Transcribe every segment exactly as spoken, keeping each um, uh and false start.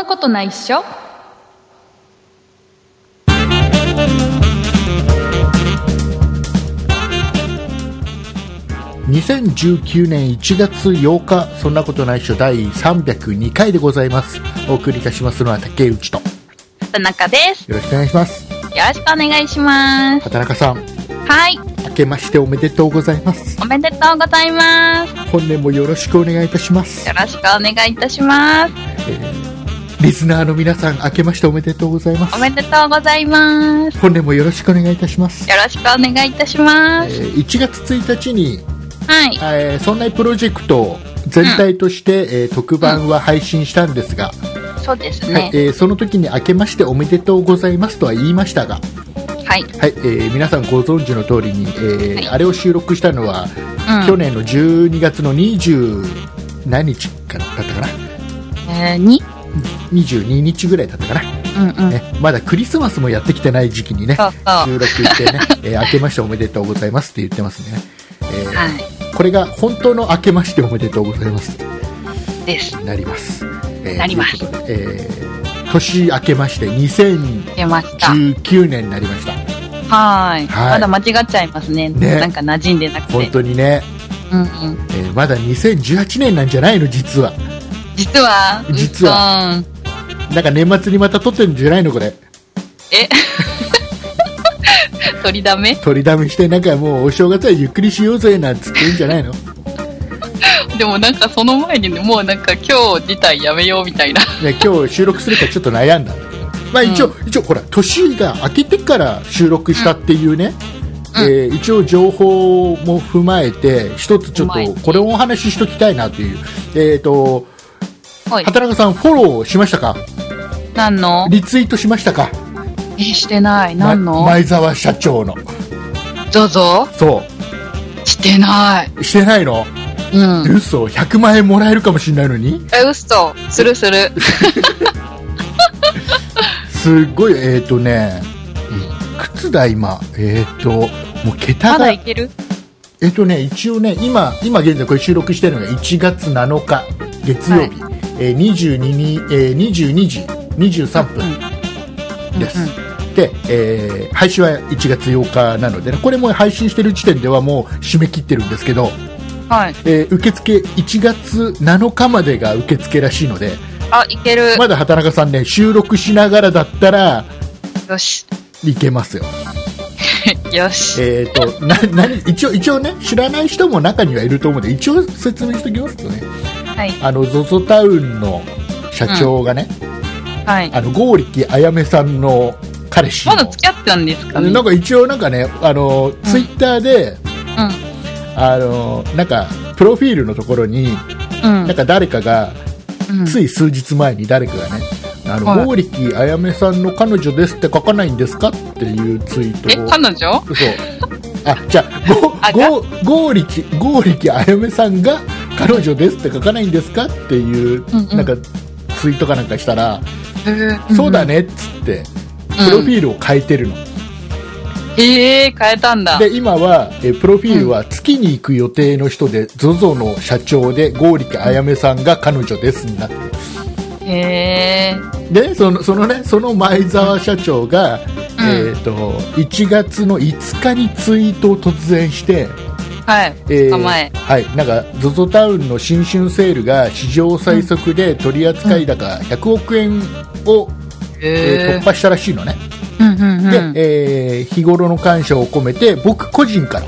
なことないっしょ。 にせんじゅうきゅうねんいちがつようか、そんなことないっしょだいさんびゃくにかいでございます。お送りいたしますのは竹内と畑中です。 よろしくお願いします。 よろしくお願いします。 畑中さん、 はい、 明けましておめでとうございます。 おめでとうございます。 本年もよろしくお願いいたします。 よろしくお願いいたします。 えー、リスナーの皆さん、明けましておめでとうございます。 おめでとうございます。 本年もよろしくお願いいたします。 よろしくお願いいたします。 えー、いちがつついたちに、 はい、 えー、そんなプロジェクト全体として、うん、えー、特番は配信したんですが、 うん、そうですね、 はい、えー、その時に明けましておめでとうございますとは言いましたが、 はい、 はい、えー、皆さんご存知の通りに、えーはい、あれを収録したのは、うん、去年のじゅうにがつのにじゅう何日かだったかな、 えー、に? にじゅうににちぐらいだったかな、うんうんね、まだクリスマスもやってきてない時期にね、 そうそう収録してね、えー、明けましておめでとうございますって言ってますね、えーはい、 これが本当の明けましておめでとうございますですなります、えー、 なります。 ということで、えー、年明けましてにせんじゅうきゅうねんになりました。 はい、 はい、 まだ間違っちゃいます ね, ねなんか馴染んでなくて本当にね、 うんうん、 えー、まだにせんじゅうはちねんなんじゃないの実は実は実は、うん、なんか年末にまた撮ってるんじゃないのこれえ取りだめ取りだめしてなんかもうお正月はゆっくりしようぜなんつっていいんじゃないのでもなんかその前に、ね、もうなんか今日自体やめようみたいな、 ね、今日収録するかちょっと悩んだんだけど、まあ、一応、うん、一応ほら年が明けてから収録したっていうね、うん、えー、一応情報も踏まえて一つちょっとこれをお話ししときたいなという、えーと畑中さんフォローしましたか？ 何のリツイートしましたか？ えー、してない。何の？ ま、前澤社長のゾゾ？ そうしてない。 してないの？うん、嘘、ひゃくまんえんもらえるかもしれないのに。 え、嘘、するするすごい、えっ、ー、とねいくつだ今、えっ、ー、ともう桁がまだいける。 えっ、ー、とね一応ね今今現在これ収録してるのがいちがつなのか月曜日、はい、えー、にじゅうにに、えー、にじゅうにじにじゅうさんぷんです、うんうん、で、えー、配信はいちがつようかなので、ね、これも配信してる時点ではもう締め切ってるんですけど、はい、えー、受付いちがつなのかまでが受付らしいので、 あ、いける。 まだ畑中さんね収録しながらだったらよしいけますよよし、 えーとな何一応、一応ね知らない人も中にはいると思うので一応説明しておきますとね、はい、あの ゾゾ タウンの社長がね、うん、はい、あの剛力あやめさんの彼氏のまだ付き合ってたんですかね。 なんか一応なんかねあの、うん、ツイッターで、うん、あのなんかプロフィールのところに、うん、なんか誰かが、うん、つい数日前に誰かがねあの、はい、剛力あやめさんの彼女ですって書かないんですかっていうツイートを。 え、彼女？ そうあ、じゃあ剛力剛力あやめさんが彼女ですって書かないんですかっていう、うんうん、なんかツイートかなんかしたら、うん、そうだねっつってプロフィールを変えてるの、うん、 へえ、変えたんだ。 で今はえプロフィールは月に行く予定の人で ゾゾ の社長で剛力あやめさんが彼女ですになってる。 へー。 でそのそのねその前澤社長が、うん、えーといちがつのいつかにツイートを突然して、 はい、 えー、前はい、なんか ゾゾ タウンの新春セールが史上最速で取扱高ひゃくおくえんを、うんえー、突破したらしいのね、うんうんうん、で、えー、日頃の感謝を込めて僕個人から、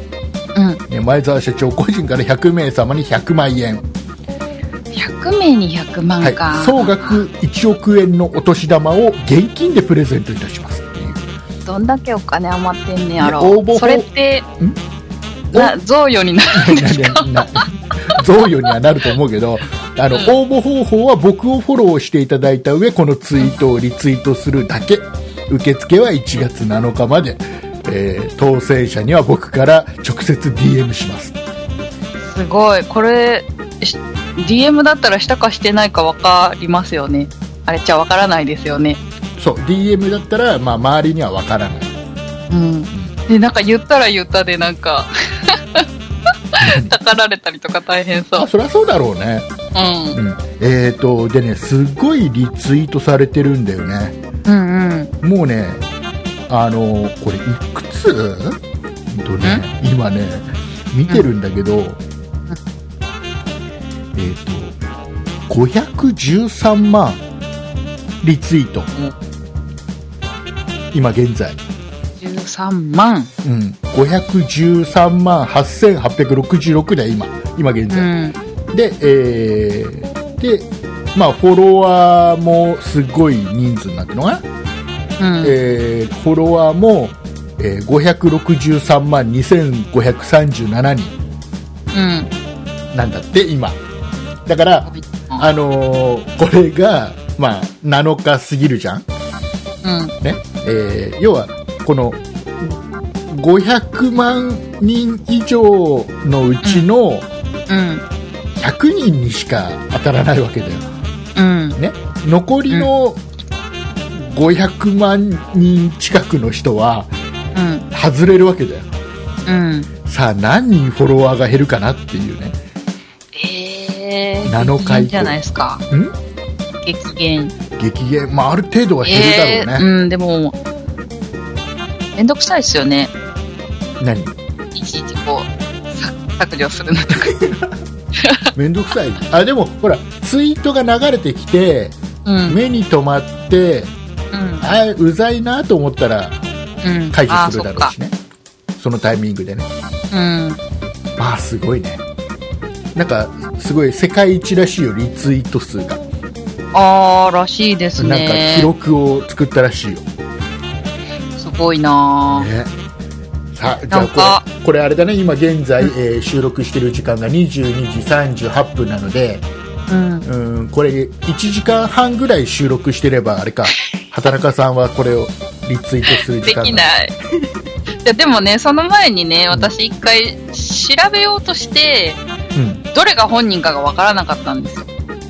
うん、前澤社長個人からひゃくめいさまにひゃくまんえん、 ひゃくめいにひゃくまんか、 はい、総額いちおくえんのお年玉を現金でプレゼントいたしますっていう。 どんだけお金余ってんねやろ。応募それってな贈与になるんですか？ 贈与にはなると思うけどあの、うん、応募方法は僕をフォローしていただいた上このツイートをリツイートするだけ。受付はいちがつなのかまで、えー、当選者には僕から直接 ディーエム します。 すごい。これ ディーエム だったらしたかしてないか分かりますよね。あれじゃ分からないですよね。 そう ディーエム だったら、まあ、周りには分からない、 うん、でなんか言ったら言ったでなんかたかられたりとか大変そう。 あ、そりゃそうだろうね。 うん。 うん、えーと、でね、すごいリツイートされてるんだよね。 うんうん。 もうね、あのこれいくつ、うんとね、今ね、見てるんだけど、うん、えーと、ごひゃくじゅうさんまんリツイート。うん、今現在。 じゅうさんまん。 うん。ごひゃくじゅうさんまんはっせんはっぴゃくろくじゅうろくだよ、今。今現在。うん、で、えー、で、まあ、フォロワーもすごい人数になってるのかな、うん、えー、フォロワーも、えー、ごひゃくろくじゅうさんまんにせんごひゃくさんじゅうななにん。うん。なんだって、今。だから、あのー、これが、まあ、なのか過ぎるじゃん、うんねえー、要はこのごひゃくまんにん以上のうちのひゃくにんにしか当たらないわけだよ、うんね、残りのごひゃくまんにん近くの人は外れるわけだよ、うん、さあ何人フォロワーが減るかなっていうね。 えー、なのか以降じゃないですか。ん激減激減、まあ、ある程度は減るだろうね、 えー、うん、でもめんどくさいですよね。 何いちいちこう削除するのとかめんどくさい。あ、でもほらツイートが流れてきて、うん、目に留まって、うん、あうざいなと思ったら解除するだろうしね、うん、そ, そのタイミングでね、うん、まあすごいね。なんかすごい世界一らしいよ、リツイート数が。 あーらしいですね。 なんか記録を作ったらしいよ。 すごいな、ね、 さあじゃあこれ、これあれだね、今現在、うん、えー、収録してる時間がにじゅうにじさんじゅうはっぷんなので、うん、うんこれいちじかんはんぐらい収録してればあれか畑中さんはこれをリツイートする時間ができないいやでもね、その前にね、私一回調べようとして、うん、どれが本人かが分からなかったんですよ。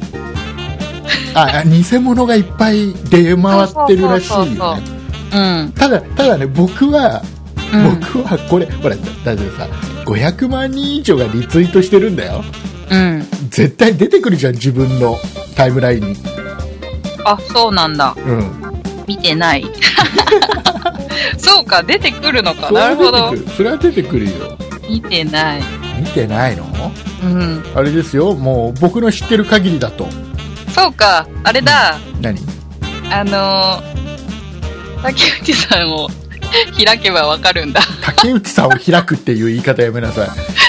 あ、偽物がいっぱい出回ってるらしいよね。ただただね、僕は、うん、僕はこれほらだってさごひゃくまんにん以上がリツイートしてるんだよ、うん、絶対出てくるじゃん、自分のタイムラインに。 あ、そうなんだ、うん、見てないそうか、出てくるのか。なるほど、 それは出てくるよ。 見てない。 見てないの？うん、あれですよ、もう僕の知ってる限りだと。 そうか、あれだ、 うん、何？ あのー、竹内さんを開けばわかるんだ。 竹内さんを開くっていう言い方やめなさい。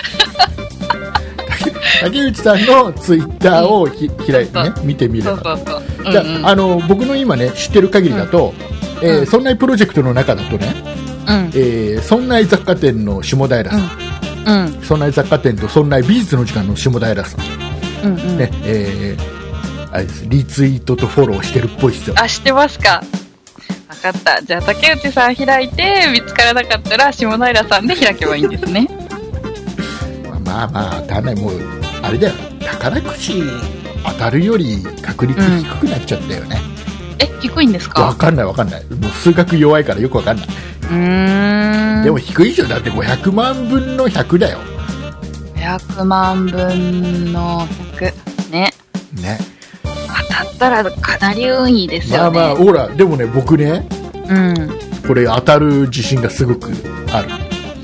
竹内さんのツイッターをひ、うん、開いてね、見てみれば。そうそうそう、うんうん、あの僕の今ね知ってる限りだと、うん、えーうん、そんなプロジェクトの中だとね、うん、えー、そんな雑貨店の下平さん、うんうん、そんな雑貨店とそんな美術の時間の下平さん、うんうん、ね、えーあれです、リツイートとフォローしてるっぽいですよ。 あ、してますか。分かった。じゃあ竹内さん開いて見つからなかったら下平さんで開けばいいんですね。 まあまあ当たらない、もうあれだよ、宝くじ当たるより確率低くなっちゃったよね、 うん、え、低いんですか？ 分かんない分かんない、もう数学弱いからよく分かんない。うーん、でも低いじゃん、だってごひゃくまんぶんのひゃくだよ。 ごひゃくまんぶんのひゃくね。 ね、 当たったらかなり運いいですよね。 まあまあ、ほら、でもね、僕ね、うん、これ当たる自信がすごくある。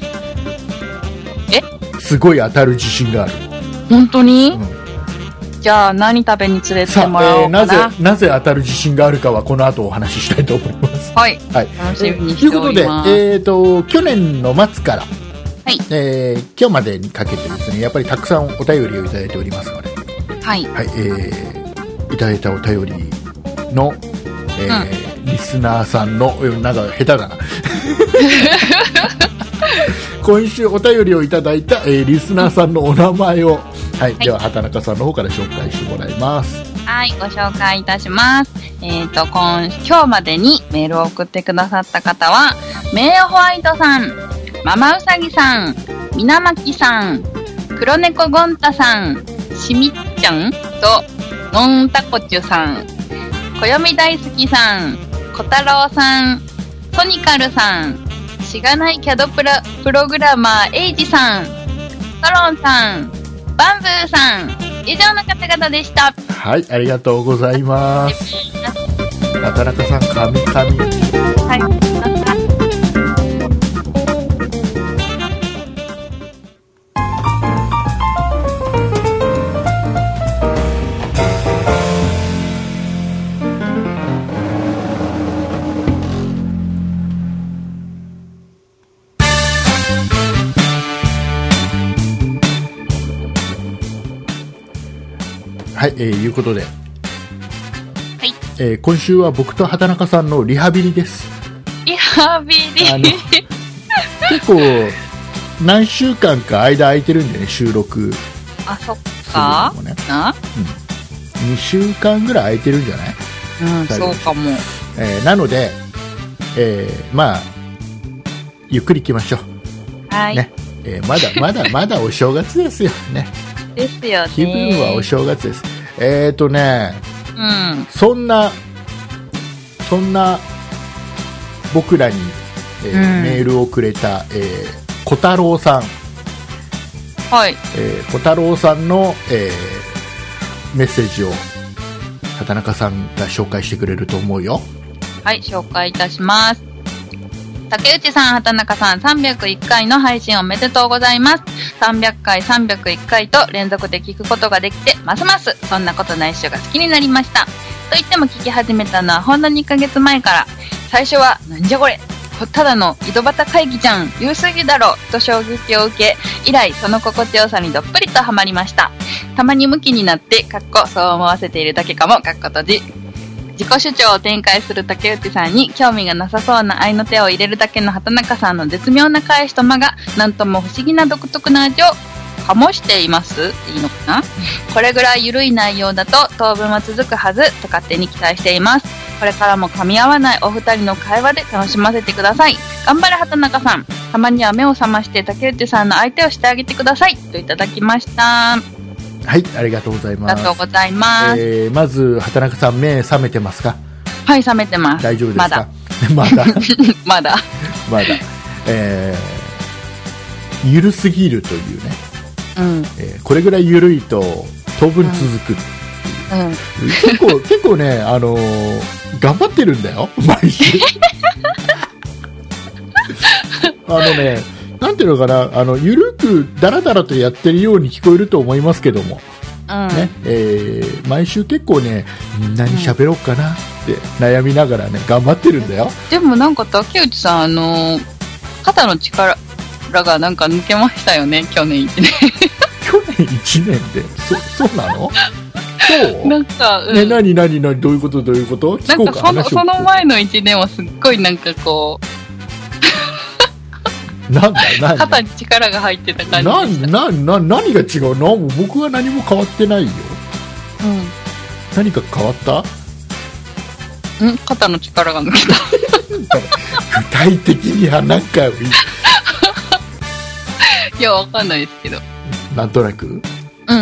え？ すごい当たる自信がある。 本当に？うん、じゃあ何食べに連れてもらおうかな。 さあ、えー、なぜ、なぜ当たる自信があるかはこの後お話ししたいと思います。 はい。はい、楽しみにしております。 ということで、えーと、去年の末から、はい、えー、今日までにかけてですね、やっぱりたくさんお便りをいただいておりますので、はい。はい、えーいただいたお便りの、えーうん、リスナーさんの、なんか下手だな今週お便りをいただいた、えー、リスナーさんのお名前を、はい、はい、では畑中さんの方から紹介してもらいます。 はい、ご紹介いたします。えっと、今、今日までにメールを送ってくださった方は、名誉ホワイトさん、ママウサギさん、みなまきさん、黒猫ゴンタさん、しみっちゃんと、のんたこちゅさん、こよみ大好きさん、こたろうさん、ソニカルさん、しがないキャドプラプログラマーエイジさん、 トロンさん、バンブーさん、以上の方々でした。 はい、ありがとうございます。畑中さん、神々。 はい。 はい、えー、いうことで、はい、 えー、今週は僕と畑中さんのリハビリです。 リハビリあの結構何週間か間空いてるんでね、収録。 あ、そっか、 ね、 な、 うん、にしゅうかんぐらい空いてるんじゃない？ うん、そうかも。 えー、なので、えー、まあゆっくり行きましょう。 はい、 ね、えー、まだまだまだお正月ですよね。 ですよね。 気分はお正月です。えーとね、 うん、 そんなそんな僕らに、えーうん、メールをくれた、えー、小太郎さん、 はい、 えー、小太郎さんの、えー、メッセージを畑中さんが紹介してくれると思うよ。 はい、紹介いたします。竹内さん、畑中さん、さんびゃくいっかいの配信おめでとうございます。さんびゃっかい、さんびゃくいっかいと連続で聞くことができて、ますますそんなことないっしょが好きになりました。と言っても聞き始めたのはほんのにかげつまえから、最初はなんじゃこれ、ただの井戸端会議じゃん、言うすぎだろと衝撃を受け、以来その心地よさにどっぷりとハマりました。たまにムキになって、かっこそう思わせているだけかも、かっこ閉じ。自己主張を展開する竹内さんに興味がなさそうな合いの手を入れるだけの畑中さんの絶妙な返しと間がなんとも不思議な独特な味を醸していますいいのかな。これぐらい緩い内容だと当分は続くはずと勝手に期待しています。これからも噛み合わないお二人の会話で楽しませてください。頑張れ畑中さん。たまには目を覚まして竹内さんの相手をしてあげてくださいといただきました。 はい、ありがとうございます。 ありがとうございます。 えー、まず畑中さん、目覚めてますか？ はい、覚めてます。 大丈夫ですか？ まだまだまだまだ、えー、ゆるすぎるというね、 うんえー、これぐらいゆるいと当分続く、 うんうん、 結構結構ね、あのー、頑張ってるんだよ毎週あのね、なんていうのかな、あのゆるくだらだらとやってるように聞こえると思いますけども、 うんね、えー、毎週結構ね、何喋ろうかなって悩みながらね、頑張ってるんだよ。 でもなんか竹内さん、あのー、肩の力がなんか抜けましたよね、去年いちねん去年いちねんでそ、そうなの？そうなんか、うん、 ね、何何何、どういうことどういうこと？ なんかその、その前のいちねんはすっごいなんかこうなんだなんだ肩に力が入ってた感じでした。 ななな何が違うの？僕は何も変わってないよ。 うん、 何か変わった？ ん肩の力が抜けた具体的には何かいや、わかんないですけど、 なんとなく、 うんうん、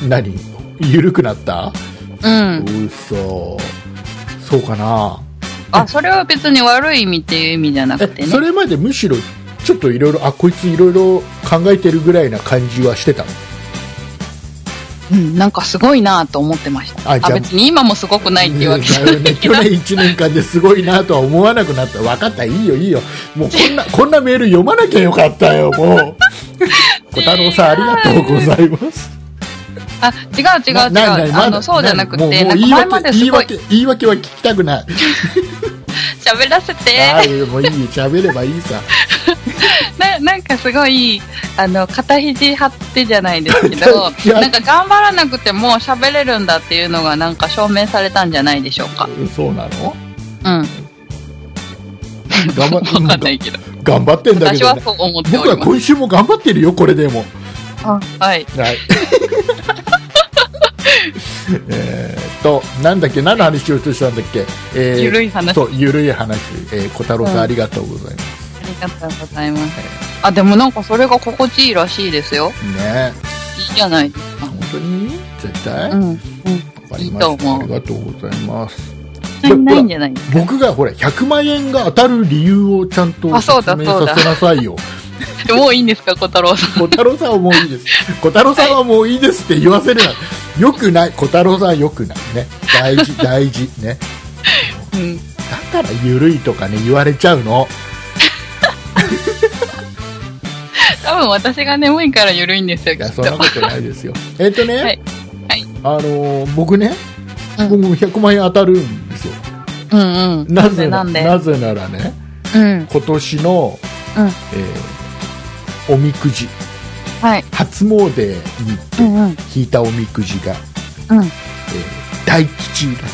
何緩くなった？ うん、 うそ、そうかなあ、それは別に悪い意味っていう意味じゃなくてね。 それまでむしろちょっといろいろ、あ、こいついろいろ考えてるぐらいな感じはしてたの？ うん、なんかすごいなと思ってました。あ、あ別に今もすごくないっていうわけじゃないけど、 ね、去年いちねんかんですごいなとは思わなくなった。分かった、いいよいいよ、もうこんなこんなメール読まなきゃよかったよ、もう小太郎さん、ありがとうございます。 あ、違う違う違う、あのそうじゃなくて、なんか前まですごい言い訳、言い訳は聞きたくない喋らせて。 あ、もういい、喋ればいいさな, なんかすごいあの肩肘張ってじゃないですけどなんか頑張らなくても喋れるんだっていうのがなんか証明されたんじゃないでしょうか。 そうなの？ うん頑張っ分かんないけど頑張ってんだけど、ね、 私はそう思っております。 僕は今週も頑張ってるよ、これでも。 あ、はい、 はいえっとなんだっけ、何の話しようとしたんだっけ、えー、 ゆるい話。 そう、ゆるい話、えー、小太郎さん、うん、ありがとうございます。 ありがとうございます。あ、でもなんかそれが心地いいらしいですよ。 ね。 いいじゃないですか。 本当に絶対。 うん。うん。 わかりました。いいと思う。 ありがとうございます。 ないんじゃないですか。 僕がほらひゃくまんえんが当たる理由をちゃんと説明させなさいよ。 もういいんですか、小太郎さん。 小太郎さんはもういいです。小太郎さんはもういいですって言わせるな。よくない。小太郎さんはよくないね。大事大事ね。 うん、 だからゆるいとかね言われちゃうの。 多分私が眠いからゆるいんですよ。 いやそんなことないですよ。えっとね、はいはい、あのー、僕ね、うん、僕もひゃくまんえん当たるんですよ。 うんうん。 なぜななんでなぜならね、うん、今年の、うんえー、おみくじ、はい、初詣に行って引いたおみくじが、うんえー、大吉だ。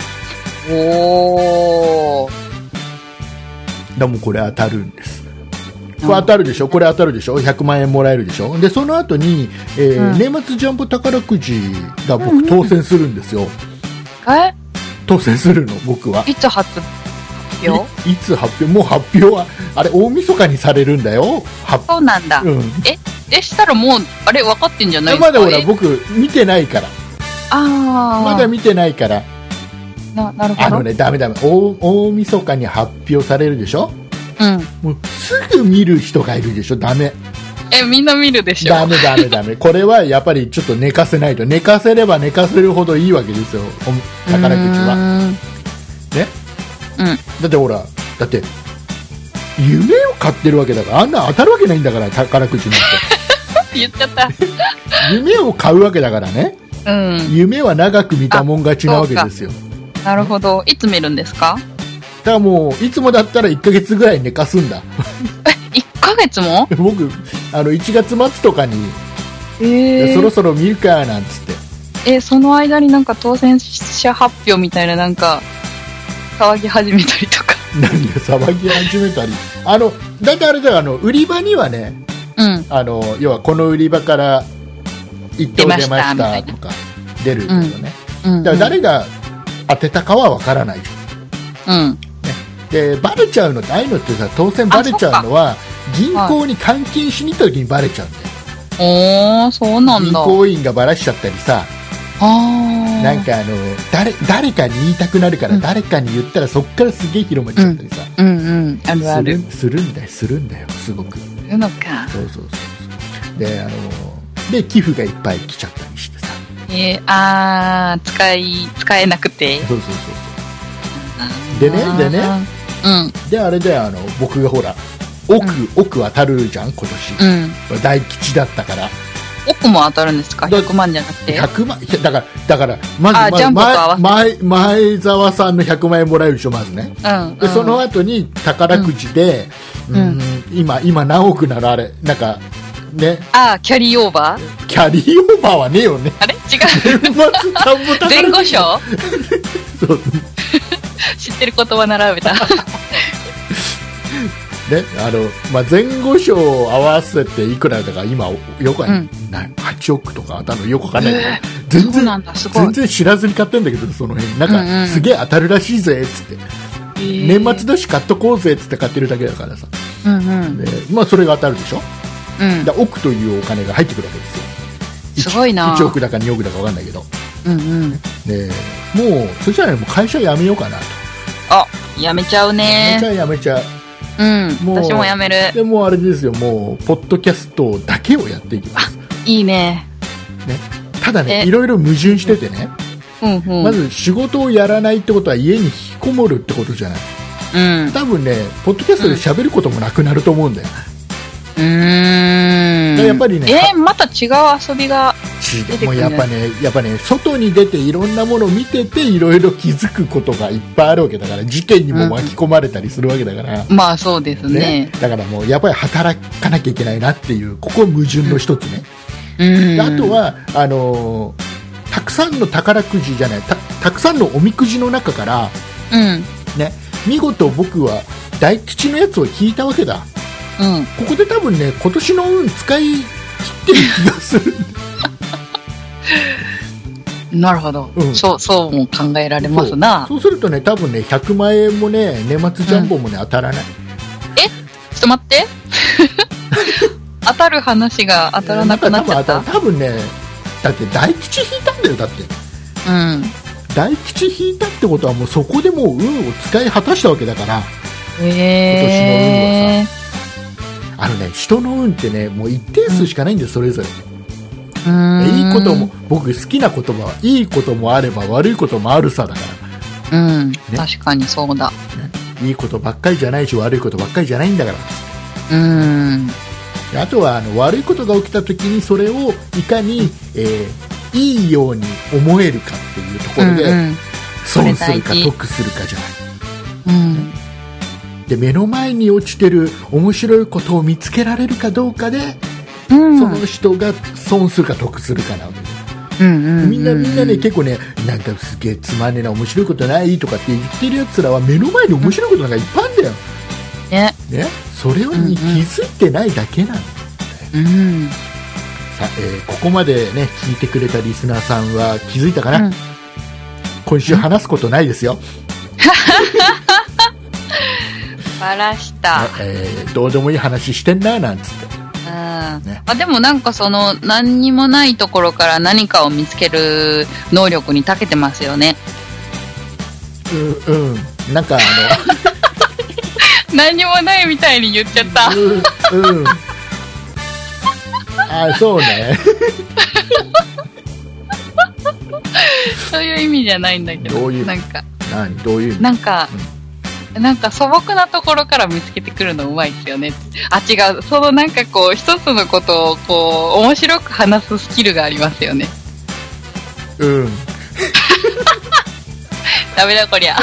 おー。 でもこれ当たるんです。これ当たるでしょ、これ当たるでしょ、ひゃくまんえんもらえるでしょ。でその後に、えーうん、年末ジャンボ宝くじが僕当選するんですよ。 え当選するの僕は。 いつ発表い, いつ発表もう発表はあれ大晦日にされるんだよ。 そうなんだ、うん、ええしたらもうあれ分かってんじゃないですか。 まだほら僕見てないから。 あまだ見てないからな, なるほど。 あのねダメダメ 大, 大晦日に発表されるでしょ。うん、もうすぐ見る人がいるでしょ。ダメ。 えみんな見るでしょ。 ダメダメダメ。これはやっぱりちょっと寝かせないと。寝かせれば寝かせるほどいいわけですよ、宝くじはね、うん、だってほらだって夢を買ってるわけだから、あんな当たるわけないんだから宝くじなんて言っちゃった夢を買うわけだからね、うん、夢は長く見たもん勝ちなわけですよ。 なるほど。いつ見るんですか。 だからもういつもだったらいっかげつぐらい寝かすんだえいっかげつも僕あのいちがつ末とかに、えー、そろそろ見るかなんつって。 えその間になんか当選者発表みたいななんか騒ぎ始めたりとか。 何が騒ぎ始めたり。あのだいたいあれだよ、あの売り場にはね、うん、あの要はこの売り場から一等出ましたとか出るんですよね、うんうんうん、だから誰が当てたかは分からないじゃん、うんでバレちゃうのってああいうのってさ、当選バレちゃうのは銀行に換金しに行った時にバレちゃうんだよ。 おー、そうなんだ。 銀行員がバラしちゃったりさ、あなんかあの 誰, 誰かに言いたくなるから、うん、誰かに言ったらそっからすげえ広まっちゃったりさ、 うん、うんうんあるあるするんだよするんだよすごく。するのか。 そうそうそうそう。であので寄付がいっぱい来ちゃったりしてさ。 えー、あー使い使えなくて。そうそうそうそう。でねでね。うん、であれであの僕がほら億、うん、億当たるじゃん今年、うん、大吉だったから。 億も当たるんですか。ひゃくまんじゃなくてひゃくまんだからだからまずまず 前, 前澤さんのひゃくまんえんもらえるでしょまずね、うん、でその後に宝くじで、うんうん、今今何億なのあれなんかね。 あキャリーオーバーキャリーオーバーはねえよね。 あれ違う前後賞そう知ってる言葉並べたね、 あのまあ、前後賞を合わせていくらだか今よく、うん、はちおくとか当たるのよくわかんないけど、えー、全然全然知らずに買ってんだけどその辺なんか、うんうん、すげえ当たるらしいぜっつって、えー、年末年買っとこうぜっつって買ってるだけだからさ、うんうんでまあ、それが当たるでしょ、うん、だ億というお金が入ってくるわけですよ。 すごいな。 いちおくだかにおくだかわかんないけど、うんうん、でもうそしたらもう会社辞めようかなと。 あ辞めちゃうね。 辞めちゃう辞めちゃう。 うん、もう私も辞める。 でもあれですよ、もうポッドキャストだけをやっていきます。 いいね。 ねただねいろいろ矛盾しててね、うんうん、まず仕事をやらないってことは家に引きこもるってことじゃない、うん、多分ねポッドキャストで喋ることもなくなると思うんだよ。うーんやっぱりねえー、また違う遊びが出てくる、ね、 もうやっぱねやっぱね外に出ていろんなものを見てていろいろ気づくことがいっぱいあるわけだから、事件にも巻き込まれたりするわけだから、 うん、まあそうです ね, ねだからもうやっぱり働かなきゃいけないなっていうここ矛盾の一つね、うん、であとはあのー、たくさんの宝くじじゃない た, たくさんのおみくじの中から、うんね、見事僕は大吉のやつを引いたわけだ、うん、ここで多分ね今年の運使い切ってる気がするなるほど、うん、そうそうも考えられますな。 そう、そうするとね多分ねひゃくまんえんもね年末ジャンボもね、うん、当たらない。 えちょっと待って当たる話が当たらなくなっちゃった。 多分ねだって大吉引いたんだよ。だってうん大吉引いたってことはもうそこでもう運を使い果たしたわけだから、えー、今年の運はさあのね、人の運ってね、もう一定数しかないんです、それぞれ。 うーんいいことも、僕好きな言葉はいいこともあれば悪いこともあるさだかうん、 ね確かにそうだ。 ら、ね、いいことばっかりじゃないし悪いことばっかりじゃないんだから。 うーん。 あとはあの悪いことが起きた時にそれをいかに、えー、いいように思えるかっていうところで、 うんうん、 損するかそれ大事得するかじゃない。 うん。 で、目の前に落ちてる面白いことを見つけられるかどうかで、 うん、 その人が損するか得するかなわけです。 うんうんうんうん、 みんなみんなね、結構ね、なんかすげえつまんねえな、面白いことないとかって言ってるやつらは目の前に面白いことなんかいっぱいあるんだよ。 ね。 ね、それに気づいてないだけなんだよね。 うん、 さあ、えーここまでね、聞いてくれたリスナーさんは気づいたかな、 うん、 今週話すことないですよ。 バラした。 ねえーどうでもいい話してんな、なんつって。 うんね、 あでもなんかその何にもないところから何かを見つける能力に長けてますよね。 うん、うん、なんかあ何にもないみたいに言っちゃった。 の、うん、うん。あ、そうね。 そういう意味じゃないんだけど。 どういうなんか、 何どういう意味？ なんか、なんか素朴なところから見つけてくるのうまいですよね。あ、違う。そのなんかこう、一つのことをこう、面白く話すスキルがありますよね。 うん。 ダメだこりゃ。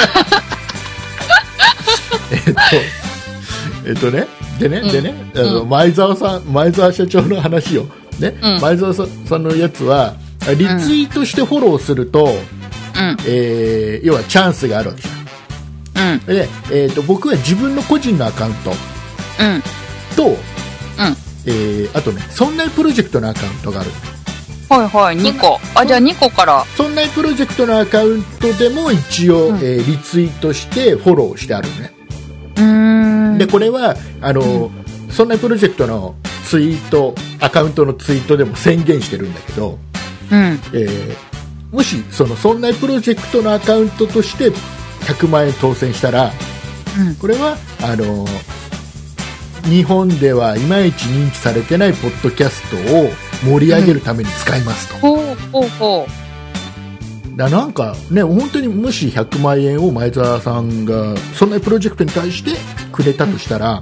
えっと、えっとね、でね、 うんでね、あの、 うん前澤さん、前澤社長の話を、ね、 うん前澤さんのやつは、リツイートしてフォローすると、 うん。 えー要はチャンスがあるわけじゃん。 うん。 で、えー、と僕は自分の個人のアカウントうん。 と、 うん。 えーあとね、そんないプロジェクトのアカウントがある。 はいはい、にこ。あ、じゃあにこから。 そんないプロジェクトのアカウントでも一応、 うんえーリツイートしてフォローしてあるのね。 うーん。 で、これは、あの、そんないプロジェクトのツイート、アカウントのツイートでも宣言してるんだけど、 うん。 えーもし、その、そんないプロジェクトのアカウントとしてひゃくまん円当選したら、 うん。 これはあの日本ではいまいち認知されてないポッドキャストを盛り上げるために使いますと、 ほうほうほだなんかね、本当にもしひゃくまん円を前澤さんがそんなプロジェクトに対してくれたとしたら、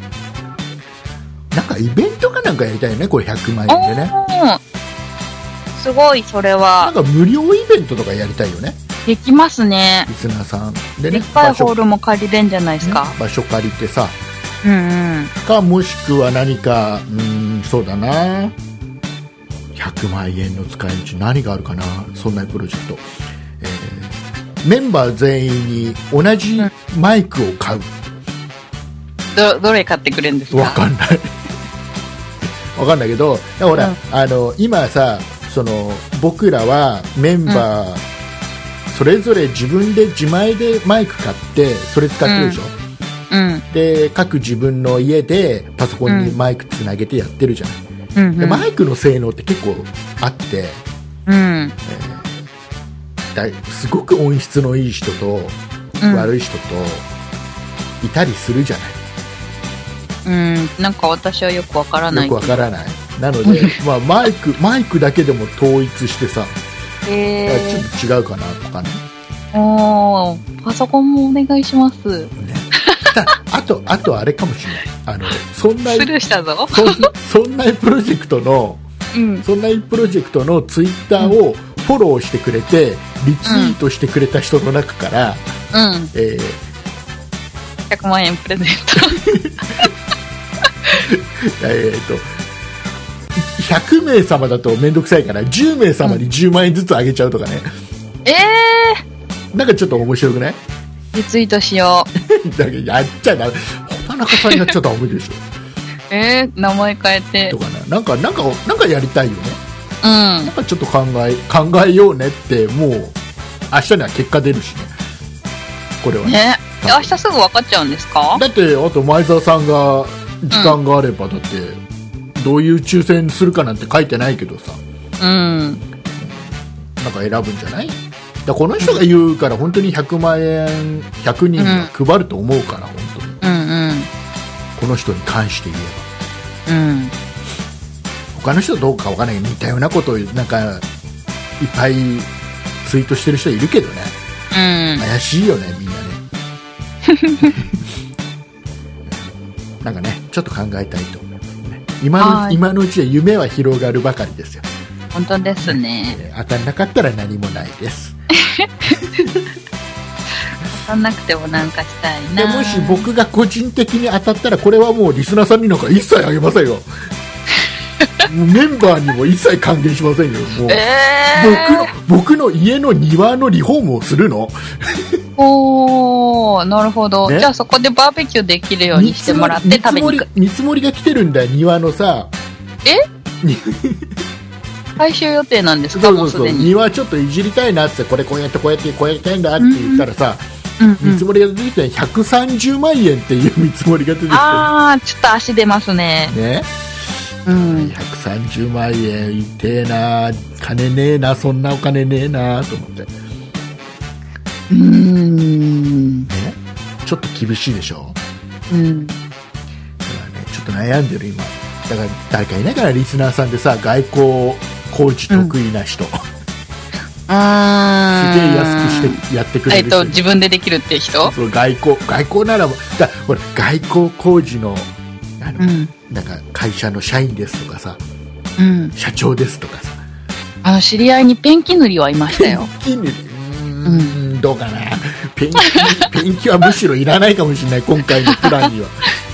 なんかイベントかなんかやりたいよね、これひゃくまんう。 円でね。 おーすごい、それなんは。 か無料イベントとかやりたいよね、 できますね。 リスナーさんでね。 でっかい場所ホールも借りれんじゃないですか。 ね場所借りてさ、 うんうん。 かもしくは何か、うーん、そうだな、ひゃくまん円の使い道何があるかな、そんなプロジェクト、えーメンバー全員に同じマイクを買う。 ど、どれ買ってくれるんですか？ わかんないわかんないけど、ほら、 うんあの今さ、その僕らはメンバー、それぞれ自分で自前でマイク買ってそれ使ってるでしょ、 うん。 で各自分の家でパソコンにマイクつなげてやってるじゃない、 うん、うん。 でマイクの性能って結構あって、 うん。 だすごく音質のいい人とうん悪い人といたりするじゃない、 うん。なんか私はよくわからない。 よくわからない。なので、まあ、マイクマイクだけでも統一してさ、 へちょっと違うかなとかね。 ー。おー、パソコンもお願いします。 ねだあとあとあれかもしれない。あのそんなスルーしたぞ。 そんそんなプロジェクトのうん。 そんなプロジェクトのツイッターをフォローしてくれてリツイートしてくれた人の中から、 うん。 えーひゃくまん円プレゼンえーとひゃくめい様だとめんどくさいからじゅうめい様にじゅうまん円ずつあげちゃうとかね、 ト。えなんかちょっと面白くないー。リツイートしよだけどやっちゃダメ、畑中さんやっちゃダメでしょう。えー、名前変えて。 とかね、なんかなんかなんかやりたいよね。 うん。 なんかちょっと考え考えようねって、もう明日には結果出るしね、これはね。 ね。え明日すぐ分かっちゃうんですか？ だってあと前澤さんが時間があれば、だってどういう抽選するかなんて書いてないけどさ、 うん。 なんか選ぶんじゃない？だこの人が言うから本当にひゃくまん円ひゃくにんが配ると思うから、本当にうんうん。 この人に関して言えうん。 他の人どうかわからないけど似たようなことをなんかいっぱいツイートしてる人いるけどね、 うん。 怪しいよねみんなねなんかねちょっと考えたいと思いますね。今のはい今のうちは夢は広がるばかりですよ。 本当ですね。 えー当たんなかったら何もないです。 当たんなくてもなんかしたいでな。 もし僕が個人的に当たったらこれはもうリスナーさんになんか一切あげませんよもうメンバーにも一切還元しませんよ。もう、 え僕の僕の家の庭のリフォームをするのー、おー、なるほど、 ね、 じゃあそこでバーベキューできるようにしてもらって食べに行く。 見積もりが来てるんだよ庭のさ。 えに回収予定なんですか？ そうそうそうもうすでに。 庭ちょっといじりたいなってこれこうやってこうやってこうやりたいんだって言ったらさ、 うんうん、 見積もりが出てきてひゃくさんじゅうまんえんっていう見積もりが出てきてあー、ちょっと足出ますね。 ね、 うんひゃくさんじゅうまんえんいってえな、金ねえな、そんなお金ねえなと思って、 うーん。 ね、ちょっと厳しいでしょ。 うん。 だからね、ちょっと悩んでる今。だから誰かいないからリスナーさんでさ、外交工事得意な人、うん、すげえ安くしてやってくれる人、 えっと、自分でできるっていう人？ そう外交外交ならばだほら外交工事のあの、 うん、 なんか会社の社員ですとかさ、 うん、 社長ですとかさ、 あの知り合いにペンキ塗りはいましたよ。 ペンキ塗りうーん、うん、どうかな。ペンキペンキはむしろいらないかもしれない今回のプランには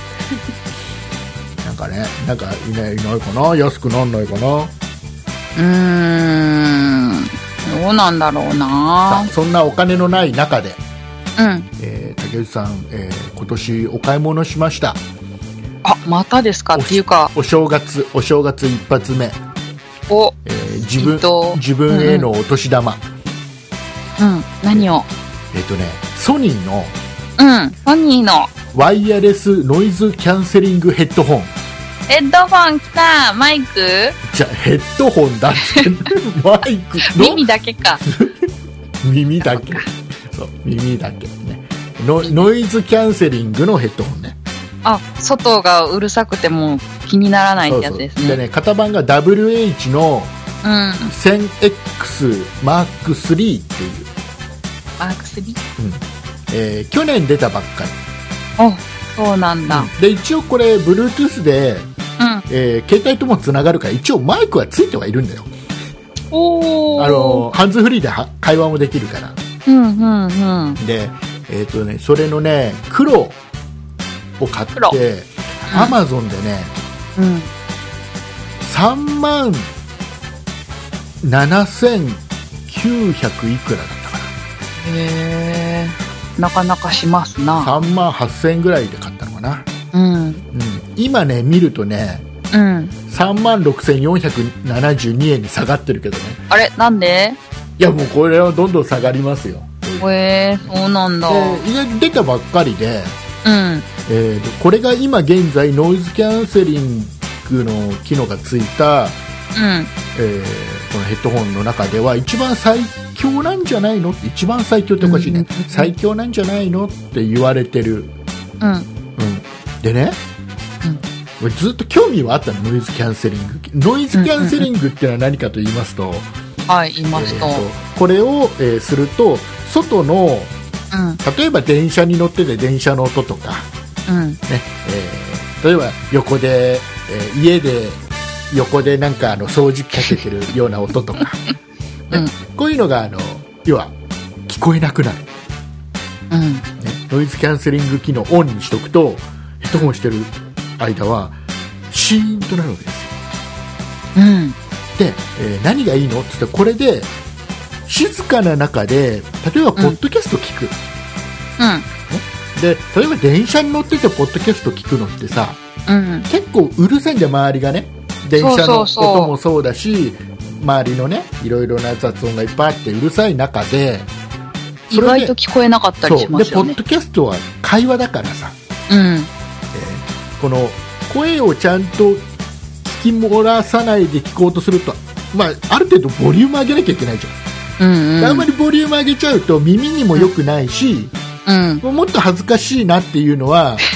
なんかね、なんかいないいないかな、安くなんないかな。 うーん、どうなんだろうさな。 あそんなお金のない中で、 うん。 えー竹内さん、えー今年お買い物しました。 あ、またですか？っていうか、 お正月お正月一発目、 お、 えー自分えっと自分へのお年玉、 うん、何を？ えっ、とねソニーのうん、ソニーのワイヤレスノイズキャンセリングヘッドホン。 ヘッドフォン来た。マイク？ じゃヘッドホンだってマイクの耳だけか。 耳だけそう耳だけね、ノノイズキャンセリングのヘッドホンね。 あ、外がうるさくても気にならないってやつですね。 そうそうでね、型番が ダブリューエイチ の せんエックス マークスリー っていう、 マークスリー？ うんえー去年出たばっかり。 お、そうなんだ。 で一応これ Bluetooth で、 うん。 えー携帯ともつながるから一応マイクはついてはいるんだよ。 おー。 あのハンズフリーでは会話もできるから。 うんうんうん。 で、えーとね、それのね黒を買って黒、 アマゾンでねうん。 さんまんななせんきゅうひゃくいくらだったかへー。なかなかしますな。 な。 さんまんはっせんえんぐらいで買ったのかな、 うん。 うん、今ね見るとねうん。 さんまんろくせんよんひゃくななじゅうにえんに下がってるけどね。 あれ、なんで？ いやもうこれはどんどん下がりますよ。 へー、そうなんだ。 で意外に出たばっかりで、 うん。 えーとこれが今現在ノイズキャンセリングの機能がついた、 うん。 えーこのヘッドホンの中では一番最強なんじゃないのって、一番最強っておかしいね、 うんうんうん、 最強なんじゃないのって言われてる、 うん。 うん、でね、うん、俺ずっと興味はあったの。ノイズキャンセリングノイズキャンセリングっていうのは何かと言いますと、 はい、言いますと。 えーとこれを、えーすると外のうん。 例えば電車に乗ってて電車の音とか、 うん。 ねえー例えば横で、えー家で横でなんかあの掃除機かけてるような音とか、ねうんこういうのがあの要は聞こえなくなる、 うん。 ね、ノイズキャンセリング機能オンにしとくとヘッドホンしてる間はシーンとなるわけですよ。 うん。 で、えー何がいいのって言ったらこれで静かな中で例えばポッドキャスト聞く、 うん。 で例えば電車に乗っててポッドキャスト聞くのってさうん。 結構うるさいんだよ周りがね。電車のそうそうそう音もそうだし周りのねいろいろな雑音がいっぱいあってうるさい中で意外と聞こえなかったりしますよね。 そうでポッドキャストは会話だからさ、 うん。 えーこの声をちゃんと聞き漏らさないで聞こうとすると、まあ、ある程度ボリューム上げなきゃいけないじゃん、 うんうん。 であんまりボリューム上げちゃうと耳にも良くないし、 うん。 もっと恥ずかしいなっていうのは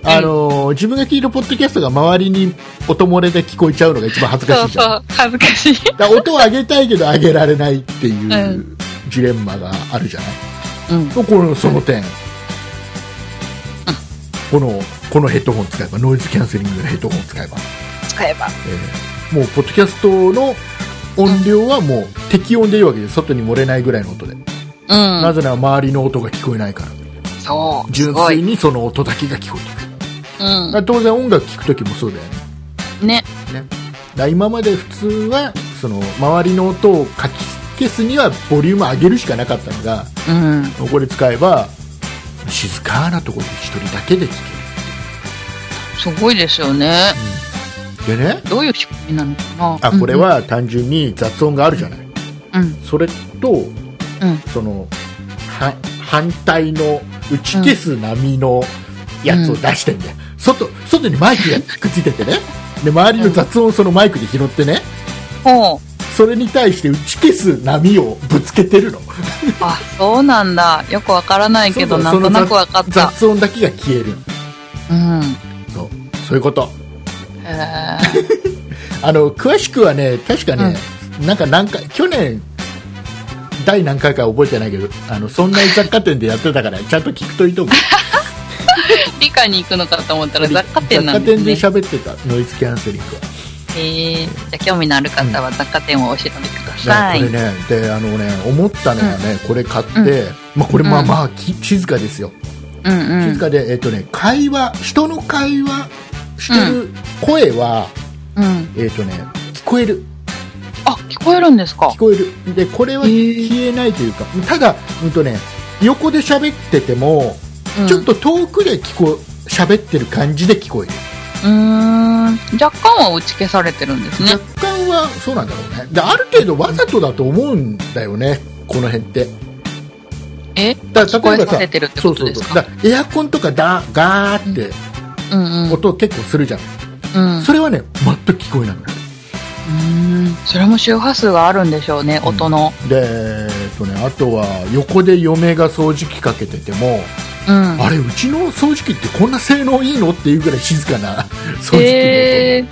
あのー、自分が聞いたポッドキャストが周りに音漏れで聞こえちゃうのが一番恥ずかしいじゃん。 そうそう、恥ずかしい。 だから音を上げたいけど上げられないっていううんジレンマがあるじゃない。 うん。 とこのその点、このこのヘッドホン使えば、ノイズキャンセリングのヘッドホン使えば、 使えば。 えーもうポッドキャストの音量はもう適音でいいわけです。外に漏れないぐらいの音で、 うん。 なぜなら周りの音が聞こえないから、 そう。す純ごい。 粋にその音だけが聞こえてくる。 うんだから当然音楽聴くときもそうだよね。 ね。 ね、だから今まで普通はその周りの音をかき消すにはボリューム上げるしかなかったのが、 うん。 これ使えば静かなところで一人だけで聴すごいですよね。 ける。でね、 どういう仕組みなのかな。 あこれは単純に雑音があるじゃない。 うん。 それとうん。 そのは反対の打ち消す波のやつを出してんだよ、うん、外, 外にマイクがくっついててね、で周りの雑音をそのマイクで拾ってね、 ほう。 それに対して打ち消す波をぶつけてるの。 あ、そうなんだ。よくわからないけど、 そうそうなんとなくわかった。 雑音だけが消える。 うん。 そうそういうこと。 へーあの詳しくはね、確かね、うん、なんか何回去年第何回か覚えてないけど、あのそんな雑貨店でやってたからちゃんと聞くといいと思う。 理科に行くのかと思ったら雑貨店なんですね。 雑貨店で喋ってた、ノイズキャンセリングは。 えー、じゃあ興味のある方は雑貨店をお調べください。 これね、であのね思ったのがね、うん、これ買って、うん、まあこれまあまあ、うん、静かですよ。うんうん、静かでえっ、ー、とね会話人の会話してる声は、うん、えっ、ー、とね聞こえる。 あ、聞こえるんですか。 聞こえる。でこれは消えないというか、えー、ただうんとね横で喋ってても、うん、ちょっと遠くで聞こ喋ってる感じで聞こえる。 うーん、若干は打ち消されてるんですね。 若干はそうなんだろうね。である程度わざとだと思うんだよね、この辺って。 え、 だ聞こえさせてるってことですか。 そうそうそう。だエアコンとかだガーって音結構するじゃない、うん、それはね全く聞こえなくなる。 うーん、それも周波数があるんでしょうね、うん、音の。 で、えっとね、あとは横で嫁が掃除機かけてても、うん、あれうちの掃除機ってこんな性能いいのっていうぐらい静かな掃除機の音。 へ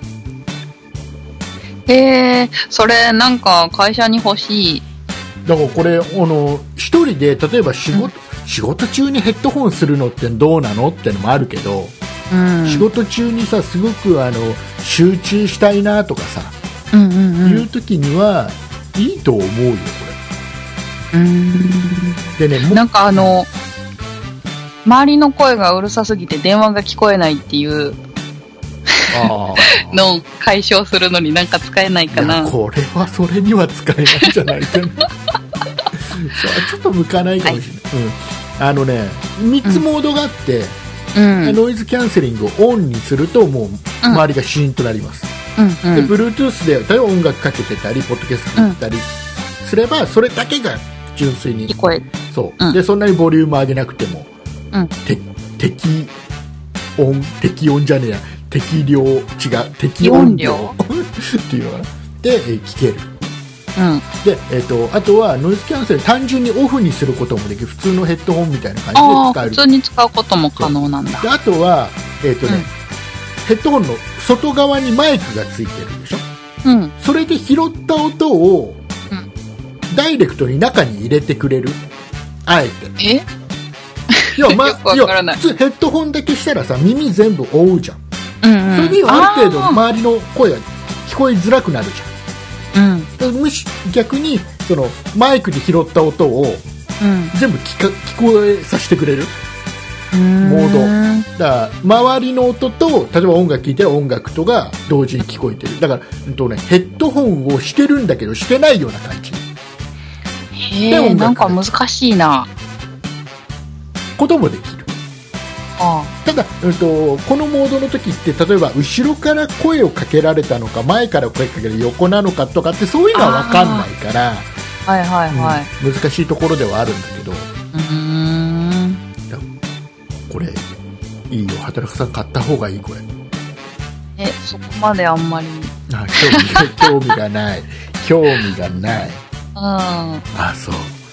ー、へー、それなんか会社に欲しい。 だからこれあの一人で例えば仕事、うん、仕事中にヘッドホンするのってどうなのってのもあるけど、うん、仕事中にさすごくあの集中したいなとかさ、うんうんうん、いう時にはいいと思うよこれ。うーん、でね、なんかあの周りの声がうるさすぎて電話が聞こえないっていうあのを解消するのになんか使えないかな。 これはそれには使えないんじゃないかな。ちょっと向かないかもしれない、はい、うん、あのねみっつモードがあって、うん、ノイズキャンセリングをオンにするともう周りがシーンとなります、うんうん、で Bluetooth で例えば音楽かけてたりポッドキャスト聞いたりすれば、うん、それだけが純粋に聞こえる。 そう、うん、でそんなにボリューム上げなくても、うん、て適音適音じゃねえや適量違う適音量っていうのかなで、えー、聞ける。うん、で、えー、とあとはノイズキャンセル単純にオフにすることもできる。普通のヘッドホンみたいな感じで使える。 普通に使うことも可能なんだ。 であとは、えーとねうん、ヘッドホンの外側にマイクがついてるでしょ、うん、それで拾った音を、うん、ダイレクトに中に入れてくれる。あえてえいや、ま、よくわからない。普通ヘッドホンだけしたらさ耳全部覆うじゃん、うんうん、それにはある程度周りの声が聞こえづらくなるじゃん。うん、むし逆にそのマイクで拾った音を全部聞か、聞こえさせてくれるモードだから周りの音と例えば音楽聴いてる音楽とが同時に聞こえてる。だから、うんとね、ヘッドホンをしてるんだけどしてないような感じ。 へえ、なんか難しいなこともできる。ああただ、うんと、このモードの時って例えば後ろから声をかけられたのか前から声かける横なのかとかってそういうのは分かんないから、 はいはいはい、 うん、難しいところではあるんだけど、うーんこれいいよ、働くさん買った方がいい。これえそこまであんまりあ興味が興味がない興味がない。うんあ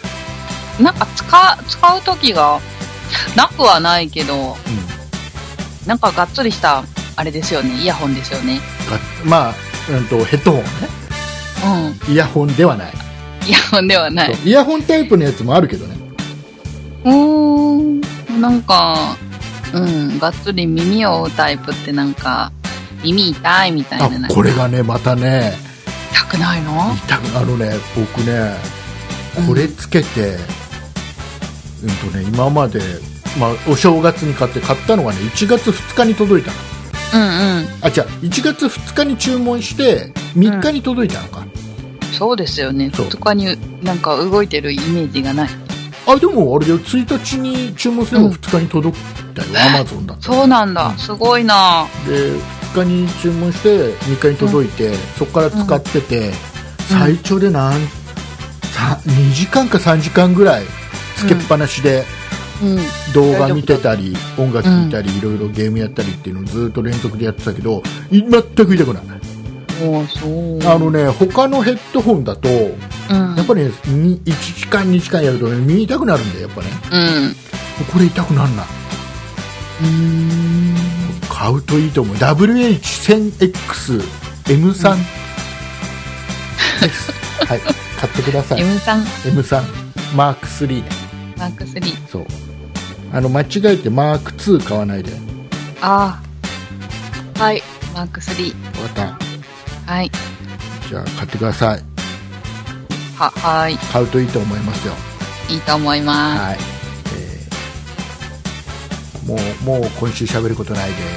そうなんか使使う時がなくはないけど、うん、 なんかがっつりしたあれですよね、イヤホンですよね。 まあ、うんとヘッドホンね。うん。イヤホンではない。 イヤホンではない。 イヤホンタイプのやつもあるけどね。 うーん。なんか、うん、がっつり耳を覆うタイプってなんか耳痛いみたいな。なんかこれがねまたね。 痛くないの？ 痛くなるね。僕ねこれつけて、うん、うんとね今まで。まあ、お正月に買って買ったのがねいちがつふつかに届いたの。 うんうん。 あ、じゃあいちがつふつかに注文してみっかに届いたのか、 うん、そうですよね。ふつかになんか動いてるイメージがない。あ、 でもあれでついたちに注文すればふつかに届いたよ、アマゾンだった。 そうなんだ、うん、すごいな。 でふつかに注文してみっかに届いて、うん、そこから使ってて、うん、最長でなんにじかんかさんじかんぐらいつけっぱなしで、うん、動画見てたり音楽聴いたり、うん、いろいろゲームやったりっていうのをずっと連続でやってたけど全く痛くない。 おそうあのね他のヘッドホンだと、うん、やっぱり、ね、いちじかんにじかんやると、ね、耳痛くなるんだよやっぱね、うん、これ痛くなんない。うーん買うといいと思う。 ダブリューエイチせんエックスエムスリー です、うん、はい買ってください。 エムスリー エムスリー マークスリーね。 マークスリー。 そう。あの間違えてマークツー買わないで。 ああ。はい。マークスリー。 わかった。 はい。 じゃあ買ってください。 は、はい。 買うといいと思いますよ。 いいと思います。はい。 えー、もう、もう今週喋ることないです。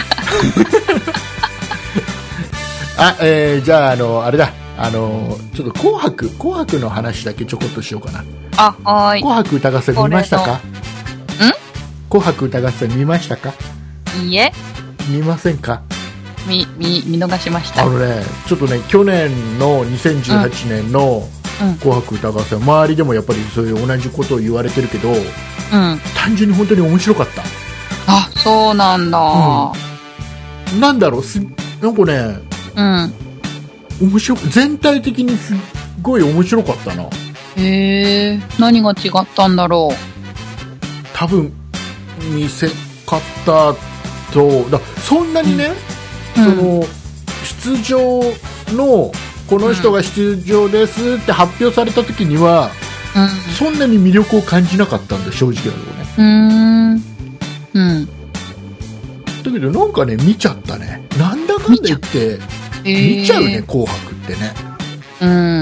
あ、えー、じゃあ、あの、あれだ。あの、ちょっと紅白、紅白の話だけちょこっとしようかな。 あ、はい。 紅白歌合戦見ましたか？ん？紅白歌合戦見ましたか？ いいえ。 見ませんか？ 見、見、見逃しました。 あのね、ちょっとね、去年のにせんじゅうはちねんの紅白歌合戦、うん、周りでもやっぱりそういう同じことを言われてるけど、うん、単純に本当に面白かった。 あ、そうなんだ。 うん、なんだろう、す、なんかね、うん。面白く、全体的にすっごい面白かったな。 へえ、何が違ったんだろう。 多分見せ方とだ、そんなにね、うん、その出場のこの人が出場ですって発表された時には、うん、そんなに魅力を感じなかったんだ、正直なところね。うーん、うん。だけどなんかね見ちゃったね。なんだかんだ言って見ちゃうね、紅白ってね。 うん、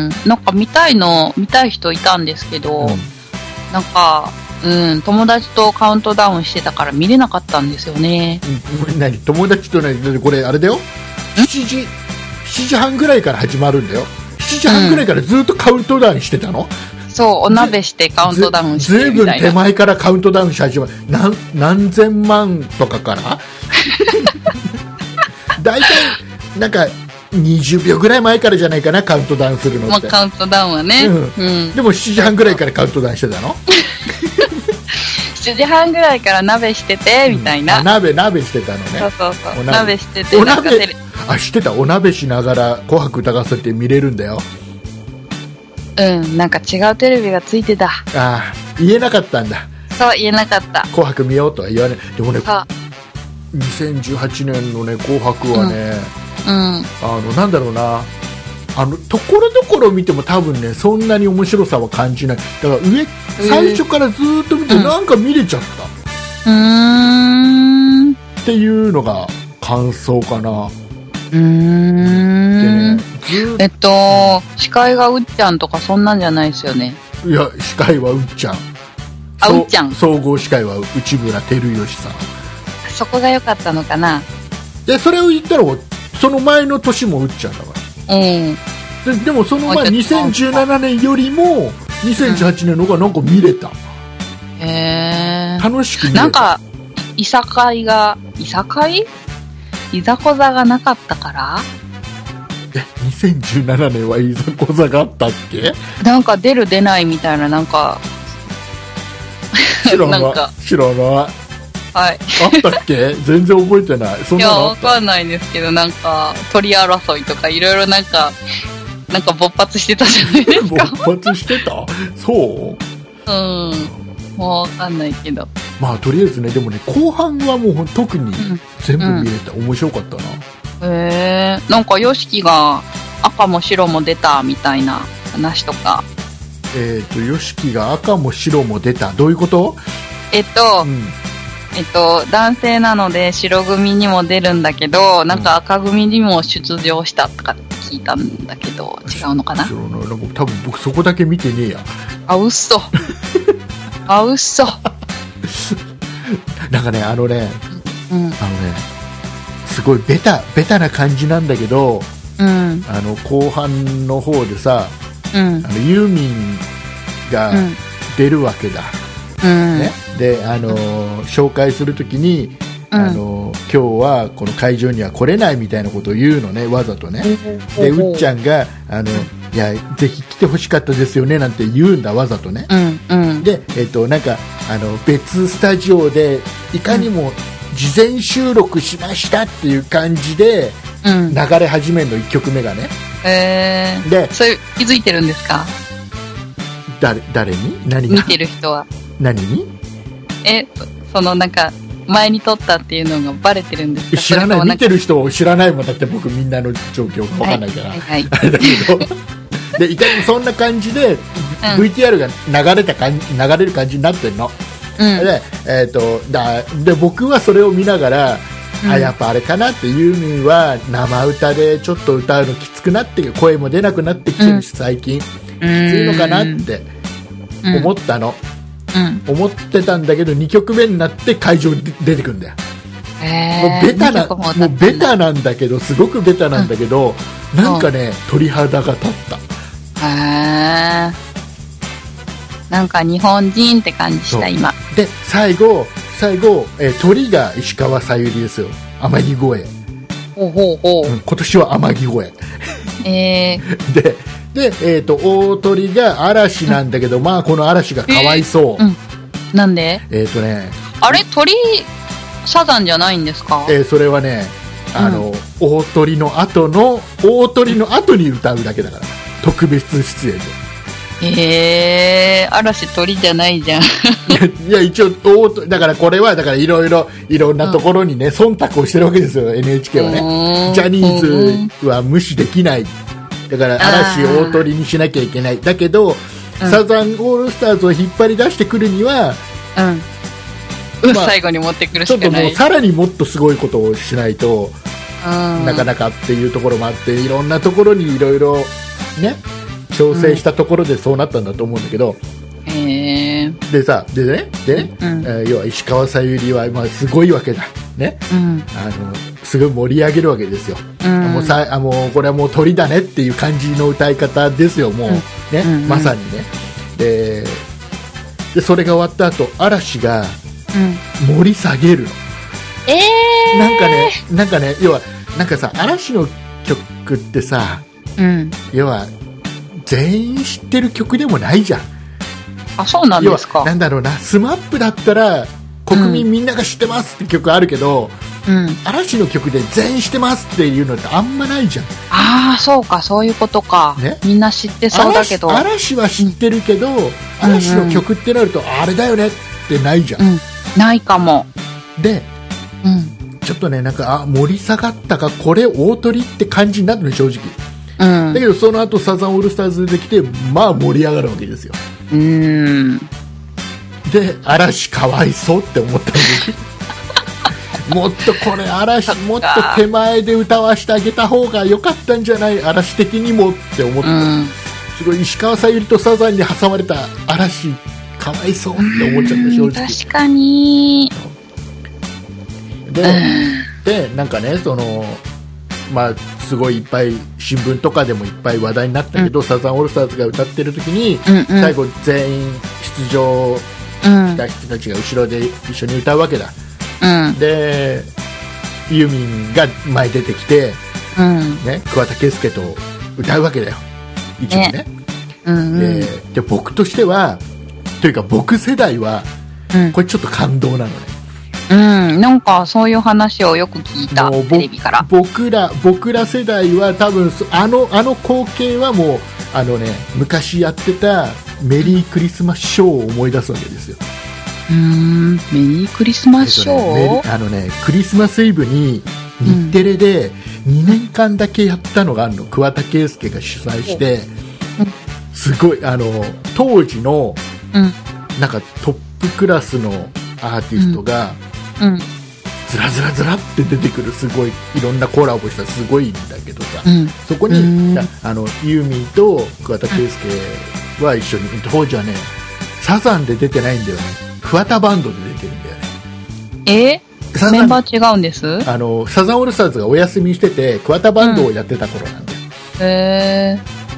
なんか見たいの見たい人いたんですけど、うん、なんか、うん、友達とカウントダウンしてたから見れなかったんですよね。 うん、何友達と何、これあれだよ、しちじしちじはんぐらいから始まるんだよ。しちじはんぐらいからずっとカウントダウンしてたの、うん、そう、お鍋してカウントダウンしてみたいな。ずいぶん手前からカウントダウンし始まる。何何千万とかからだいたいなんかにじゅうびょうぐらい前からじゃないかな、カウントダウンするのって。まあ、カウントダウンはね、うんうん、でもしちじはんぐらいからカウントダウンしてたのしちじはんぐらいから鍋しててみたいな、うん、鍋鍋してたのね。そうそうそう、鍋してて、お鍋、あ、知ってた、お鍋しながら紅白歌合戦って見れるんだよ。うん、なんか違うテレビがついてた。ああ、言えなかったんだ。そう、言えなかった。紅白見ようとは言わない。でもね、にせんじゅうはちねんのね紅白はね、うんうん、あのなんだろうな、あのところどころ見ても多分ねそんなに面白さは感じない。だから上最初からずっと見て、なんか見れちゃった、うん、っていうのが感想かな。うーん、でね、ずえっと、うん、司会がうっちゃんとかそんなんじゃないですよね。いや、司会はうっちゃん。あ、うっちゃん。総合司会は内村光良さん。そこが良かったのかな。でそれを言ったらその前の年もうっちゃんだから、うん、で, でもその前にせんじゅうななねんよりもにせんじゅうはちねんの方がなんか見れた、うん、へー、楽しく見れた。なんかいさかいがいさかいいざこざがなかったから。え、にせんじゅうななねんはいざこざがあったっけ？なんか出る出ないみたいな、なんか知らない知らない。はい、あったっけ？全然覚えてない。そんなのあった？いや、わかんないんですけど、なんか取り争いとかいろいろなんかなんか勃発してたじゃないですか。勃発してた？そう？うん、もうわかんないけど。 まあとりあえずね、でもね後半はもう特に全部見れた、うん、面白かったな。 へえー、なんかヨシキが赤も白も出たみたいな話とか。 えっ、ー、とヨシキが赤も白も出た、どういうこと？ えっと、うんえっと、男性なので白組にも出るんだけど、なんか赤組にも出場したとかって聞いたんだけど、違うのかな？ 多分僕そこだけ見てねえや。 あ、うっそ。あ、うっそ。 なんかね、あのね、 うん、あのね、 すごいベタ、ベタな感じなんだけど、 うん、 あの後半の方でさ、 うん、あのユーミンが出るわけだ。 うんね、で、あのー、紹介するときに、 うん、 あのー、今日はこの会場には来れないみたいなことを言うのね、わざとね。で、うっちゃんがあの、いやぜひ来てほしかったですよねなんて言うんだ、わざとね。 うんうん、で、 えっと、なんかあの別スタジオでいかにも事前収録しましたっていう感じで流れ始めるの、いっきょくめがね。 えー、 で、 それ気づいてるんですか？ 誰、誰に？何が？ 見てる人は。 何に？ え、そのなんか前に撮ったっていうのがバレてるんですか？ 知らない、見てる人を知らないもんだって、僕みんなの状況が分かんないから、はいはいはい、あれだけどでいかにもそんな感じで、うん、ブイティーアール が流れた感じ、流れる感じになってるの、うん、で、えーと、だで僕はそれを見ながら、うん、あやっぱあれかなって、ユーミンは生歌でちょっと歌うのきつくなって、声も出なくなってきてるし、最近、うん、きついのかなって思ったの、うん、思ってたんだけど、にきょくめになって会場に出てくるんだよ。もうベタな、もうベタなんだけど、すごくベタなんだけど、うん、なんかね、鳥肌が立った。 へー、なんか日本人って感じした今で、最後最後、えー、鳥が石川さゆりですよ、天城越え。 ほうほうほう、 うん、今年は天城越ええー、でで、えーと、大鳥が嵐なんだけど、うん、まあこの嵐がかわいそう、 えーうん、なんで？ えーとね、 あれ鳥サザンじゃないんですか？ えー、それはね、あの、うん、大鳥の後の大鳥の後に歌うだけだから、特別出演で。 えー、嵐鳥じゃないじゃん。いや、いや一応大鳥だから、これはだからいろいろいろんなところにね、うん、忖度をしてるわけですよ、エヌエイチケー はね。ジャニーズは無視できない、だから嵐大鳥にしなきゃいけない。だけど、うん、サザンオールスターズを引っ張り出してくるには、 うん、まあ、最後に持ってくるしかない。 ちょっともうさらにもっとすごいことをしないと、うん、なかなかっていうところもあって、いろんなところにいろいろね、調整したところでそうなったんだと思うんだけど、 うん、へー、 でさ、でね、でね、うん、えー、要は石川さゆりはまあすごいわけだね、うん、あのすごい盛り上げるわけですよ、うん、もうさあもうこれはもう鳥だねっていう感じの歌い方ですよ、もうね、うん、まさにね。で、でそれが終わった後、嵐が盛り下げるの、 えー、 なんかね、なんかね、要はなんかさ、嵐の曲ってさ、 うん、 要は全員知ってる曲でもないじゃん。 あ、そうなんですか。 要はなんだろうな、スマップだったら国民みんなが知ってますって曲あるけど、うん、嵐の曲で全員知ってますっていうのってあんまないじゃん。 ああ、そうか、そういうことか、ね、みんな知ってそうだけど、 嵐、嵐は知ってるけど、うん、嵐の曲ってなると、うんうん、あれだよねってないじゃん、うん、 ないかも。 で、うん、ちょっとね、なんかあ盛り下がったか、これ大鳥って感じになるの、正直。うん、だけどその後サザンオールスターズできて、まあ盛り上がるわけですよ。 うーん、 で、嵐かわいそうって思ったんですもっとこれ嵐もっと手前で歌わせてあげた方が良かったんじゃない、嵐的にもって思った、うん、すごい石川さゆりとサザンに挟まれた嵐かわいそうって思っちゃった、正直。 確かに。 で、でなんかね、そのまあ、すごいいっぱい新聞とかでもいっぱい話題になったけど、うん、サザンオールスターズが歌ってる時に、うんうん、最後全員出場した人たちが後ろで一緒に歌うわけだ、うん、でユーミンが前出てきて、うんね、桑田佳祐と歌うわけだよ、一応ね、ね、うんうん、で, で僕としてはというか僕世代は、うん、これちょっと感動なのね。 うん、なんかそういう話をよく聞いた、テレビから。 僕ら僕ら世代は多分あのあの光景はもうあのね、昔やってたメリークリスマスショーを思い出すわけですよ。 うーん、メリークリスマスショー、 えっとね、あのね、クリスマスイブに日テレでにねんかんだけやったのがあるの、桑田佳祐が主催して、すごいあの当時の、うん、なんかトップクラスのアーティストが、うんうん、ずらずらずらって出てくる、すごいいろんなコラボしたすごいんだけどさ、うん、そこに、うん、あのユーミンと桑田佳祐は一緒に、当時はねサザンで出てないんだよね、桑田バンドで出てるんだよね。 えー、メンバー違うんです。 あのサザンオールスターズがお休みしてて桑田バンドをやってた頃なんだよ。 うん、へ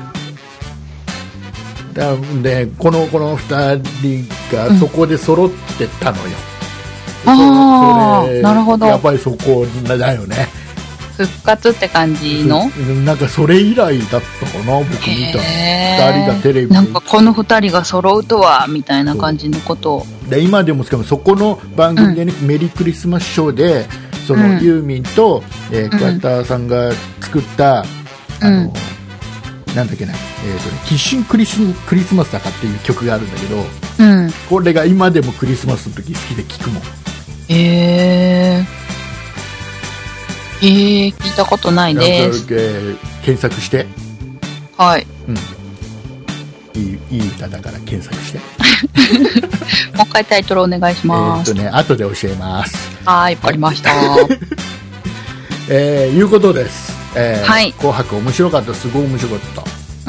ー、だでこのこのふたりがそこで揃ってたのよ。 うん、ああ、なるほど。 やっぱりそこだよね。 復活って感じの。 なんかそれ以来だったかな、僕見たの。ふたりがテレビでなんかこのふたりが揃うとはみたいな感じのことを。 で今でもしかもそこの番組でね、うん、メリークリスマスショーでその、うん、ユーミンと、えー、桑田さんが作った、うん、あのなんだっけな、えーとね、キッシンクリス、クリスマスだかっていう曲があるんだけど、うん、これが今でもクリスマスの時好きで聴くもん。 えーえー、聞いたことないです。 えー、検索して。 はい。 うん。いい、いい歌だから検索して。 もう一回タイトルお願いします。 えっとね、後で教えます。 はい、わかりました。 えー、いうことです。えー、 はい。 紅白面白かった、すごい面白かった。 うん。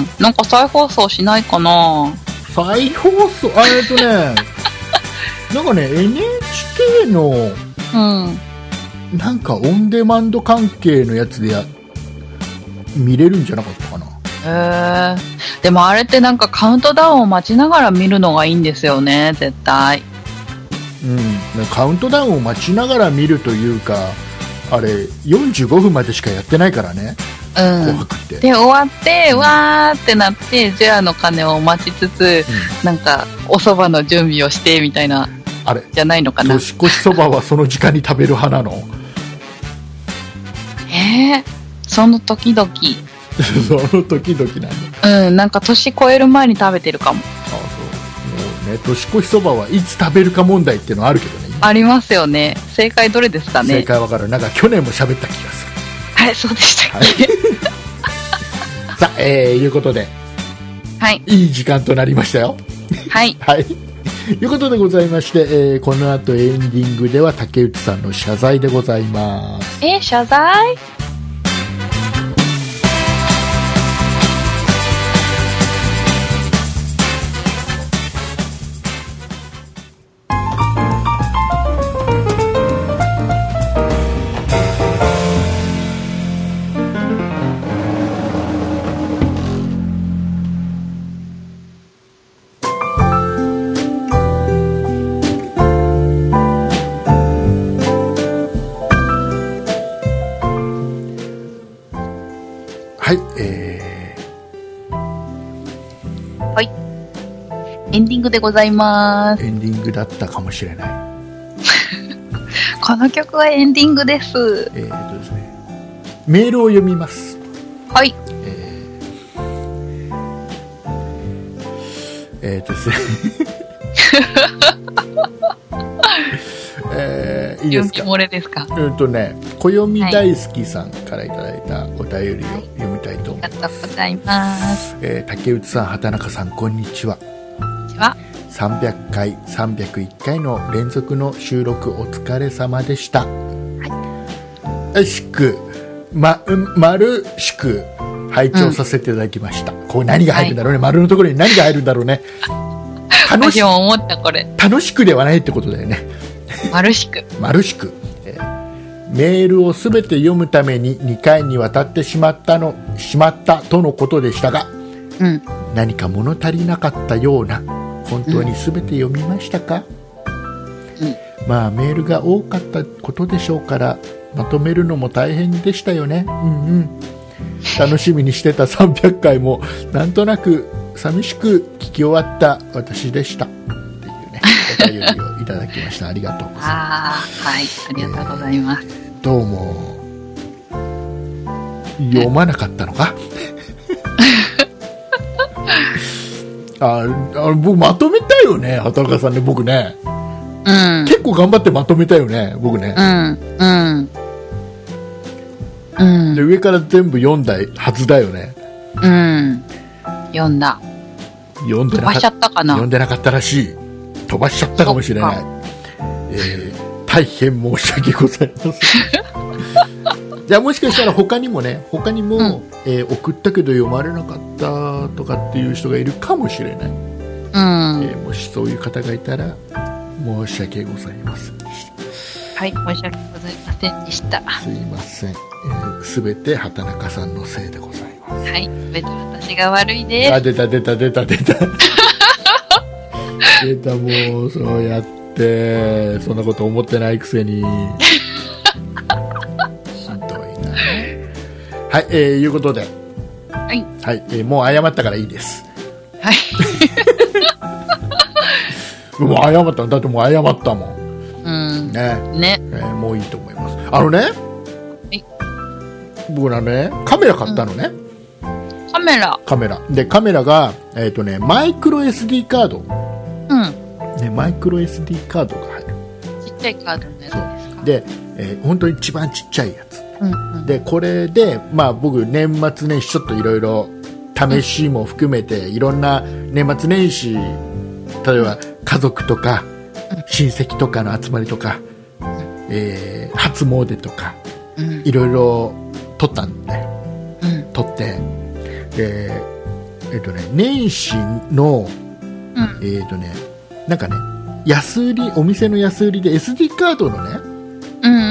なんか再放送しないかな。 再放送、あえっとね、なんかね、エヌエイチケー の、うん。なんかオンデマンド関係のやつでや見れるんじゃなかったかな。 へえ。でもあれってなんかカウントダウンを待ちながら見るのがいいんですよね、絶対。 うん。カウントダウンを待ちながら見るというか、あれよんじゅうごふんまでしかやってないからね。 うん。紅白って。で終わって、うん、わーってなってジェアの鐘を待ちつつ、うん、なんかお蕎麦の準備をしてみたいな。あれじゃないのかな。 年越しそばはその時間に食べる派なの？ えー、その時々 その時々なんだ。うん、なんか年越える前に食べてるかも。ああ、そう。 もうね、年越しそばはいつ食べるか問題っていうのはあるけどね。 ありますよね。正解どれですかね。 正解わかる。なんか去年も喋った気がする。 あれ、そうでしたっけ、はい、 さあ、えー、いうことで、 はい。 いい時間となりましたよ。 はい。 はい。ということでございまして、えー、この後エンディングでは竹内さんの謝罪でございます。 えー、謝罪？エンディングでございます。 エンディングだったかもしれない。 この曲はエンディングです。 えーとですね、メールを読みます。 はい。 えー、えーとですね、えー、いいですか。 読み漏れですか。 うんとね、暦大好きさんからいただいたお便りを読みたいと思います。 ありがとうございます。 えー、竹内さん、畑中さん、こんにちは。さんびゃっかい、さんびゃくいっかいの連続の収録お疲れ様でした。はい。しく、ま、丸しく拝聴させていただきました。うん、こう何が入るんだろうね、はい、丸のところに何が入るんだろうね。 楽しく。思ったこれ。 楽しくではないってことだよね。 丸しく。 丸しく。えー、メールをすべて読むためににかいにわたってしまったの、しまったとのことでしたが、うん、何か物足りなかったような。本当に全て読みましたか？うん、まあメールが多かったことでしょうからまとめるのも大変でしたよね。うんうん。楽しみにしてたさんびゃっかいもなんとなく寂しく聞き終わった私でしたっていうね、お便りをいただきました。ありがとうございます。 ああ、はい、ありがとうございます。えー、どうも読まなかったのか？ああ、僕まとめたよね、畑中さんね、僕ね。 うん。 結構頑張ってまとめたよね、僕ね。 うん。うん。うん。 で、上から全部読んだはずだよね。 うん。読んだ。 読んでなかった。飛ばしちゃったかな。 読んでなかったらしい。飛ばしちゃったかもしれない。えー、大変申し訳ございません。じゃあもしかしたら他にもね、他にも、うん、えー、送ったけど読まれなかったとかっていう人がいるかもしれない。うん、えー、もしそういう方がいたら申し訳ございませんでした。 はい、申し訳ございませんでした。 すいません。す、え、べ、て畑中さんのせいでございます。 はい、すべて私が悪いです。 あ、出た出た出た出た。出た、もうそうやってそんなこと思ってないくせに。はい、えー、いうことで、 はい、 はい、えー、もう謝ったからいいです。 はい。 もう謝ったんだって、もう謝ったもん。 うん。 ね。 ね。 えー、もういいと思います。あのね、僕らね、カメラ買ったのね。 うん、カメラ。 カメラ。で、カメラが、えっとね、マイクロ エスディー カード。 うん。 ね、マイクロ エスディー カードが入る。 ちっちゃいカードのやつですか。 で、えー、本当に一番ちっちゃいやつ。 うんうん、 でこれで、まあ、僕年末年始ちょっといろいろ試しも含めて、うん、いろんな年末年始、例えば家族とか、うん、親戚とかの集まりとか、うん、えー、初詣とか、うん、いろいろ撮ったんだよ、うん、撮って、で、えっとね、年始の、うん、えっとね、なんかね、安売り、お店の安売りで エスディー カードのね、 うんうんうん、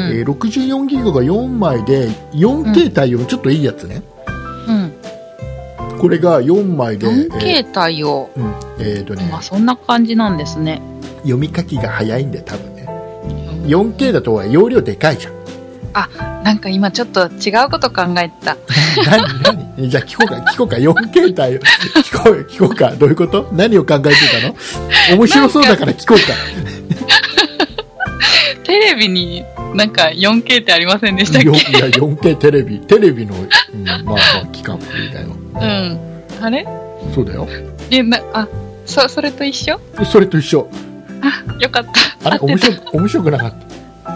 えー、ろくじゅうよんギガがよんまいで よんケー 対応のちょっといいやつね、 うん、これがよんまいでよんケー 対応、 えーうんえーとね、 まあ、そんな感じなんですね。 読み書きが早いんで多分ね、うん、よんケー だと容量でかいじゃん。 あ、なんか今ちょっと違うこと考えた。 何何じゃあ聞こうか聞こうか よんケー 対応聞こう聞こうか、どういうこと、何を考えてたの。面白そうだから聞こうか。 テレビになんか よんケー ってありませんでしたっけ。 いや よんケー テレビテレビの、うん、まあまあ企画だよ。 うん。あれ？ そうだよ。 えなあそそれと一緒？ それと一緒。 あ、よかった。 あれ面白面白くなかった。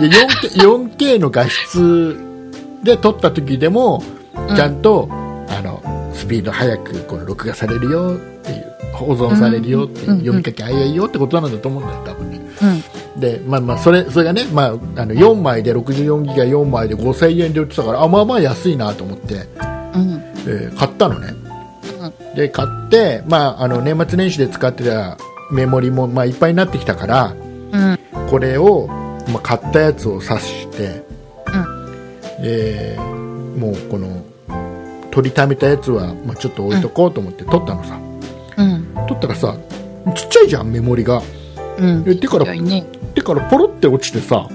いや よんケー, よんケー の画質で撮った時でもちゃんと、うん、あのスピード速くこの録画されるよっていう、保存されるよっていう、うん、読み書き早いよってことなんだと思うんだよ多分ね。うん、でまあまあそれそれがね、まあ、あのよんまいでろくじゅうよんギガよんまいでごせんえんで売ってたから、あまあまあ安いなと思って、うんえー、買ったのね。うん、で買って、まあ、あの年末年始で使ってたメモリも、まあ、いっぱいになってきたから、うん、これを、まあ、買ったやつを挿して、うんえー、もうこの取りためたやつは、まあ、ちょっと置いとこうと思って取ったのさ、うん、取ったらさちっちゃいじゃんメモリが。うん、で手から、ね、手からポロって落ちてさ、うん、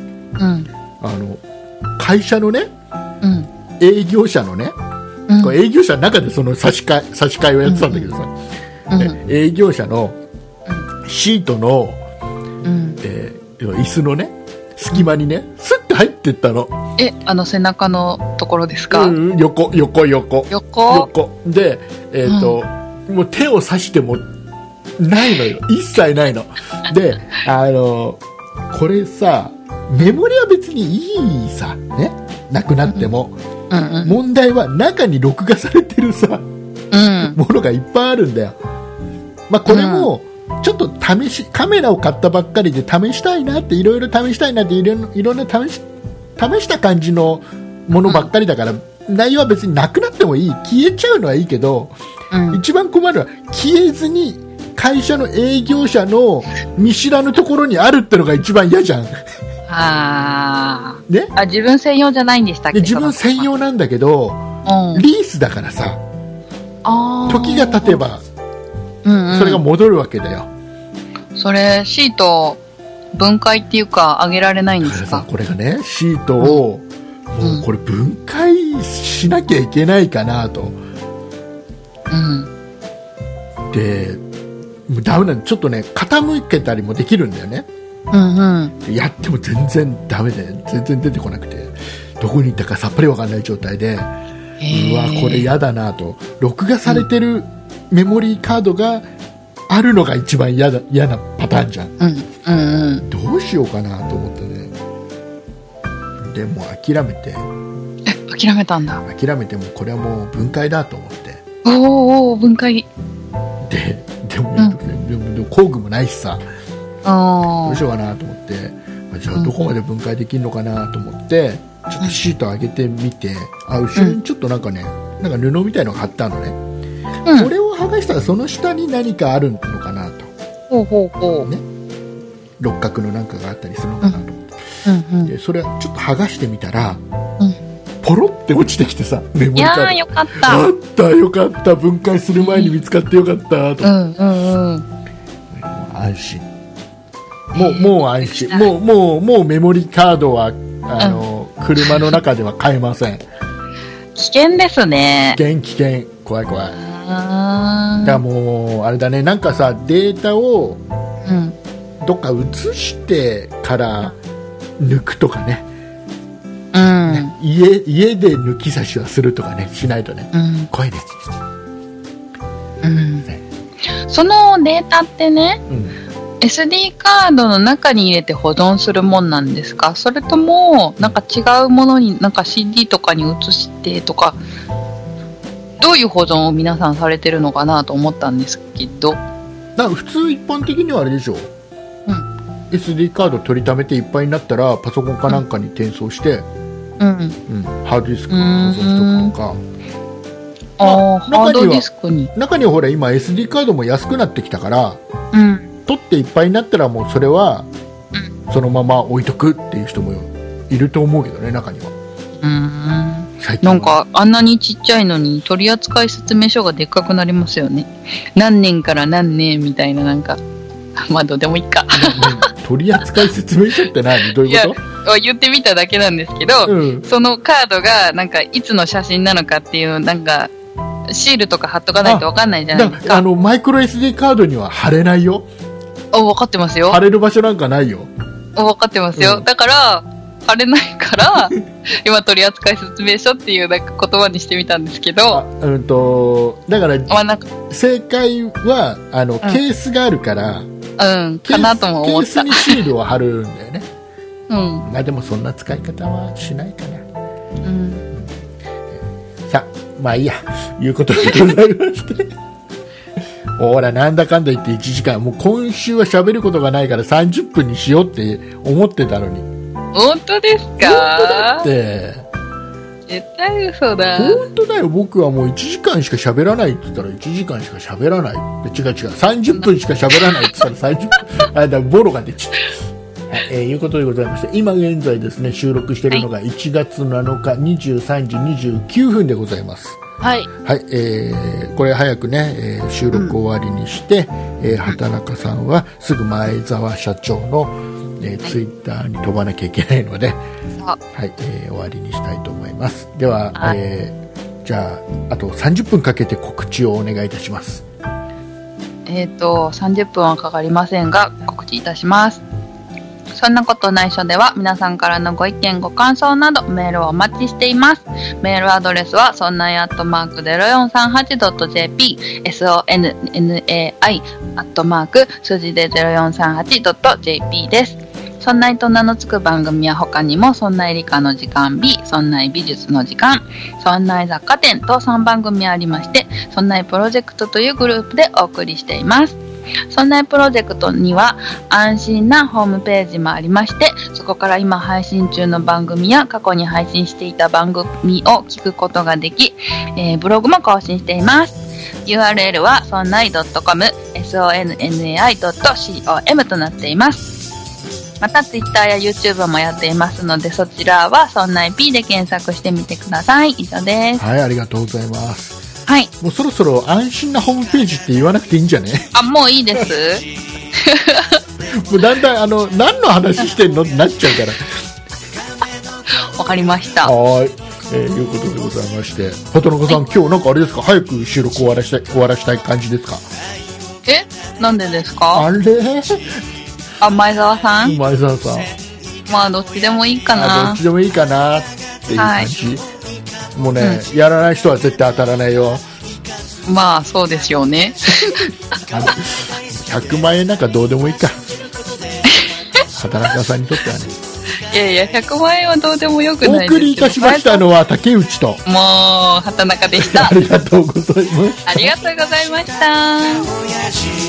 あの会社のね、うん、営業者のね、うん、これ営業者の中でその差し替え差し替えをやってたんだけどさ、うんうん、営業者のシートの、うんえー、椅子のね隙間にねスッて入ってったの。 え、あの背中のところですか？ うん、横横横横横で、えーとうん、もう手を刺してもないのよ、一切ないの。で、あのこれさメモリは別にいいさね、なくなっても、うんうん、問題は中に録画されてるさ、うん、ものがいっぱいあるんだよ。まあこれもちょっと試しカメラを買ったばっかりで試したいなって、いろいろ試したいなっていろいろな試し試した感じのものばっかりだから、うん、内容は別になくなってもいい、消えちゃうのはいいけど、うん、一番困るのは消えずに会社の営業者の見知らぬところにあるってのが一番嫌じゃん。 あ、ね、あ、自分専用じゃないんでしたっけ？ 自分専用なんだけど、うん、リースだからさ、あ、時が経てば、うんうん、それが戻るわけだよ。 それシート分解っていうか上げられないんですか？ これがねシートを、うん、もうこれ分解しなきゃいけないかなと、うん、でもうダメなの。ちょっとね傾けたりもできるんだよね、うんうん、やっても全然ダメで全然出てこなくて、どこに行ったかさっぱり分かんない状態で、うわこれやだなと。録画されてるメモリーカードがあるのが一番嫌だ嫌なパターンじゃん、 うんうんうん、 どうしようかなと思ってね。でも諦めてえ諦めたんだ。 諦めてもこれはもう分解だと思って、 おお分解ででも、うん、でもでも工具もないしさ、どうしようかなと思って、じゃあどこまで分解できるのかなと思って、うん、ちょっとシート上げてみて、あ後ろにちょっとなんかね、なんか布みたいのが貼ってあるのね、うん、これを剥がしたらその下に何かあるのかなと、 ほうほうほう、ね、 六角のなんかがあったりするのかなと思って、うんうんうん、でそれはちょっと剥がしてみたら、うん、ポロって落ちてきてさ、メモリカード、 いやーよかった、 あったよかった、分解する前に見つかってよかったと、うんうんうん、安心、もうもう安心、もうもうもうメモリカードはあの、うん、車の中では買えません。 危険ですね。 危険危険、怖い怖い。あだからもうあれだね、なんかさデータをどっか移してから抜くとかね、うん、ね、家, 家で抜き差しはするとかねしないとね、うん、怖いです、 うんね、そのデータってね、うん、エスディー カードの中に入れて保存するもんなんですか、それともなんか違うものになんか シーディー とかに移してとか、どういう保存を皆さんされてるのかなと思ったんですけど。だから普通一般的にはあれでしょ、うん、エスディー カード取りためていっぱいになったらパソコンかなんかに転送して、うんうん、ハードディスクに保存しとくとか、 ああハードディスクに中にはほら今 エスディー カードも安くなってきたから、 うん、 取っていっぱいになったらもうそれはそのまま置いとくっていう人もいると思うけどね、中には。 うーん、なんかあんなにちっちゃいのに取扱説明書がでっかくなりますよね。何年から何年みたいな、なんかまあどうでもいいか取扱説明書って何、どういうこと？ いや言ってみただけなんですけど、うん、そのカードがなんかいつの写真なのかっていう、なんかシールとか貼っとかないと分かんないじゃないですか。 あのマイクロ エスディー カードには貼れないよ。 あ、分かってますよ。 貼れる場所なんかないよ。 あ、分かってますよ、うん、だから貼れないから今取扱説明書っていうなんか言葉にしてみたんですけど、あ、 うんとだから、まあ、なんか正解はあの、うん、ケースがあるからうんかなとも思った。 ケースにシールを貼るんだよねうん、 まあでもそんな使い方はしないかな、 うん、 さあまあいいや、いうことでございましてほらなんだかんだ言っていちじかん、もう今週は喋ることがないからさんじゅっぷんにしようって思ってたのに。 本当ですか？本当だって絶対嘘だ。 本当だよ、僕はもういちじかんしか喋らないって言ったらいちじかんしか喋らない、違う違うさんじゅっぷんしか喋らないって言ったらさんじゅっぷんあだボロが出ちゃったはい、えー、いうことでございまして、今現在ですね収録しているのがいちがつなのかにじゅうさんじにじゅうきゅうふんでございます。 はい、 はい、えー、これ早くね、えー、収録終わりにして、うん、えー、畑中さんはすぐ前澤社長の、えー、ツイッターに飛ばなきゃいけないので、はい、えー、終わりにしたいと思います。では、はい、えー、じゃああとさんじゅっぷんかけて告知をお願いいたします。 えっとさんじゅっぷんはかかりませんが告知いたします。そんなことないしょでは皆さんからのご意見ご感想などメールをお待ちしています。メールアドレスはそんないアットマーク ゼロよんさんはちドットジェーピー ソンナイ アットマーク数字で ゼロよんさんはちドットジェーピー です。そんないと名の付く番組は他にもそんない理科の時間 B、そんない美術の時間、そんない雑貨店とさんばん組ありまして、そんないプロジェクトというグループでお送りしています。そんないプロジェクトには安心なホームページもありまして、そこから今配信中の番組や過去に配信していた番組を聞くことができ、えー、ブログも更新しています。 ユーアールエル はそんない .com、 ソンナイ ドットコム となっています。また Twitter や YouTube もやっていますので、そちらはそんない P で検索してみてください。以上です。 はい、ありがとうございます。 はい、 もうそろそろ安心なホームページって言わなくていいんじゃね？ あ、もういいですもうだんだんあの何の話してんのってなっちゃうからわかりました。 はい、えー、いうことでございまして、畑中さん、はい、今日なんかあれですか、早く収録終わらしたい終わらしたい感じですか？ え、なんでですか？ あれあ、前澤さん前澤さん、 まあどっちでもいいかな、 どっちでもいいかなっていう感じ、はい、もうね、うん、やらない人は絶対当たらないよ。 まあそうですよね。 ひゃくまん円なんかどうでもいいか。働くさんにとってはね。 いやいや、ひゃくまん円はどうでもよくおないですけど。 送りいたしましたのは竹内と。 もう、畑中でした。 ありがとうございます。 ありがとうございました。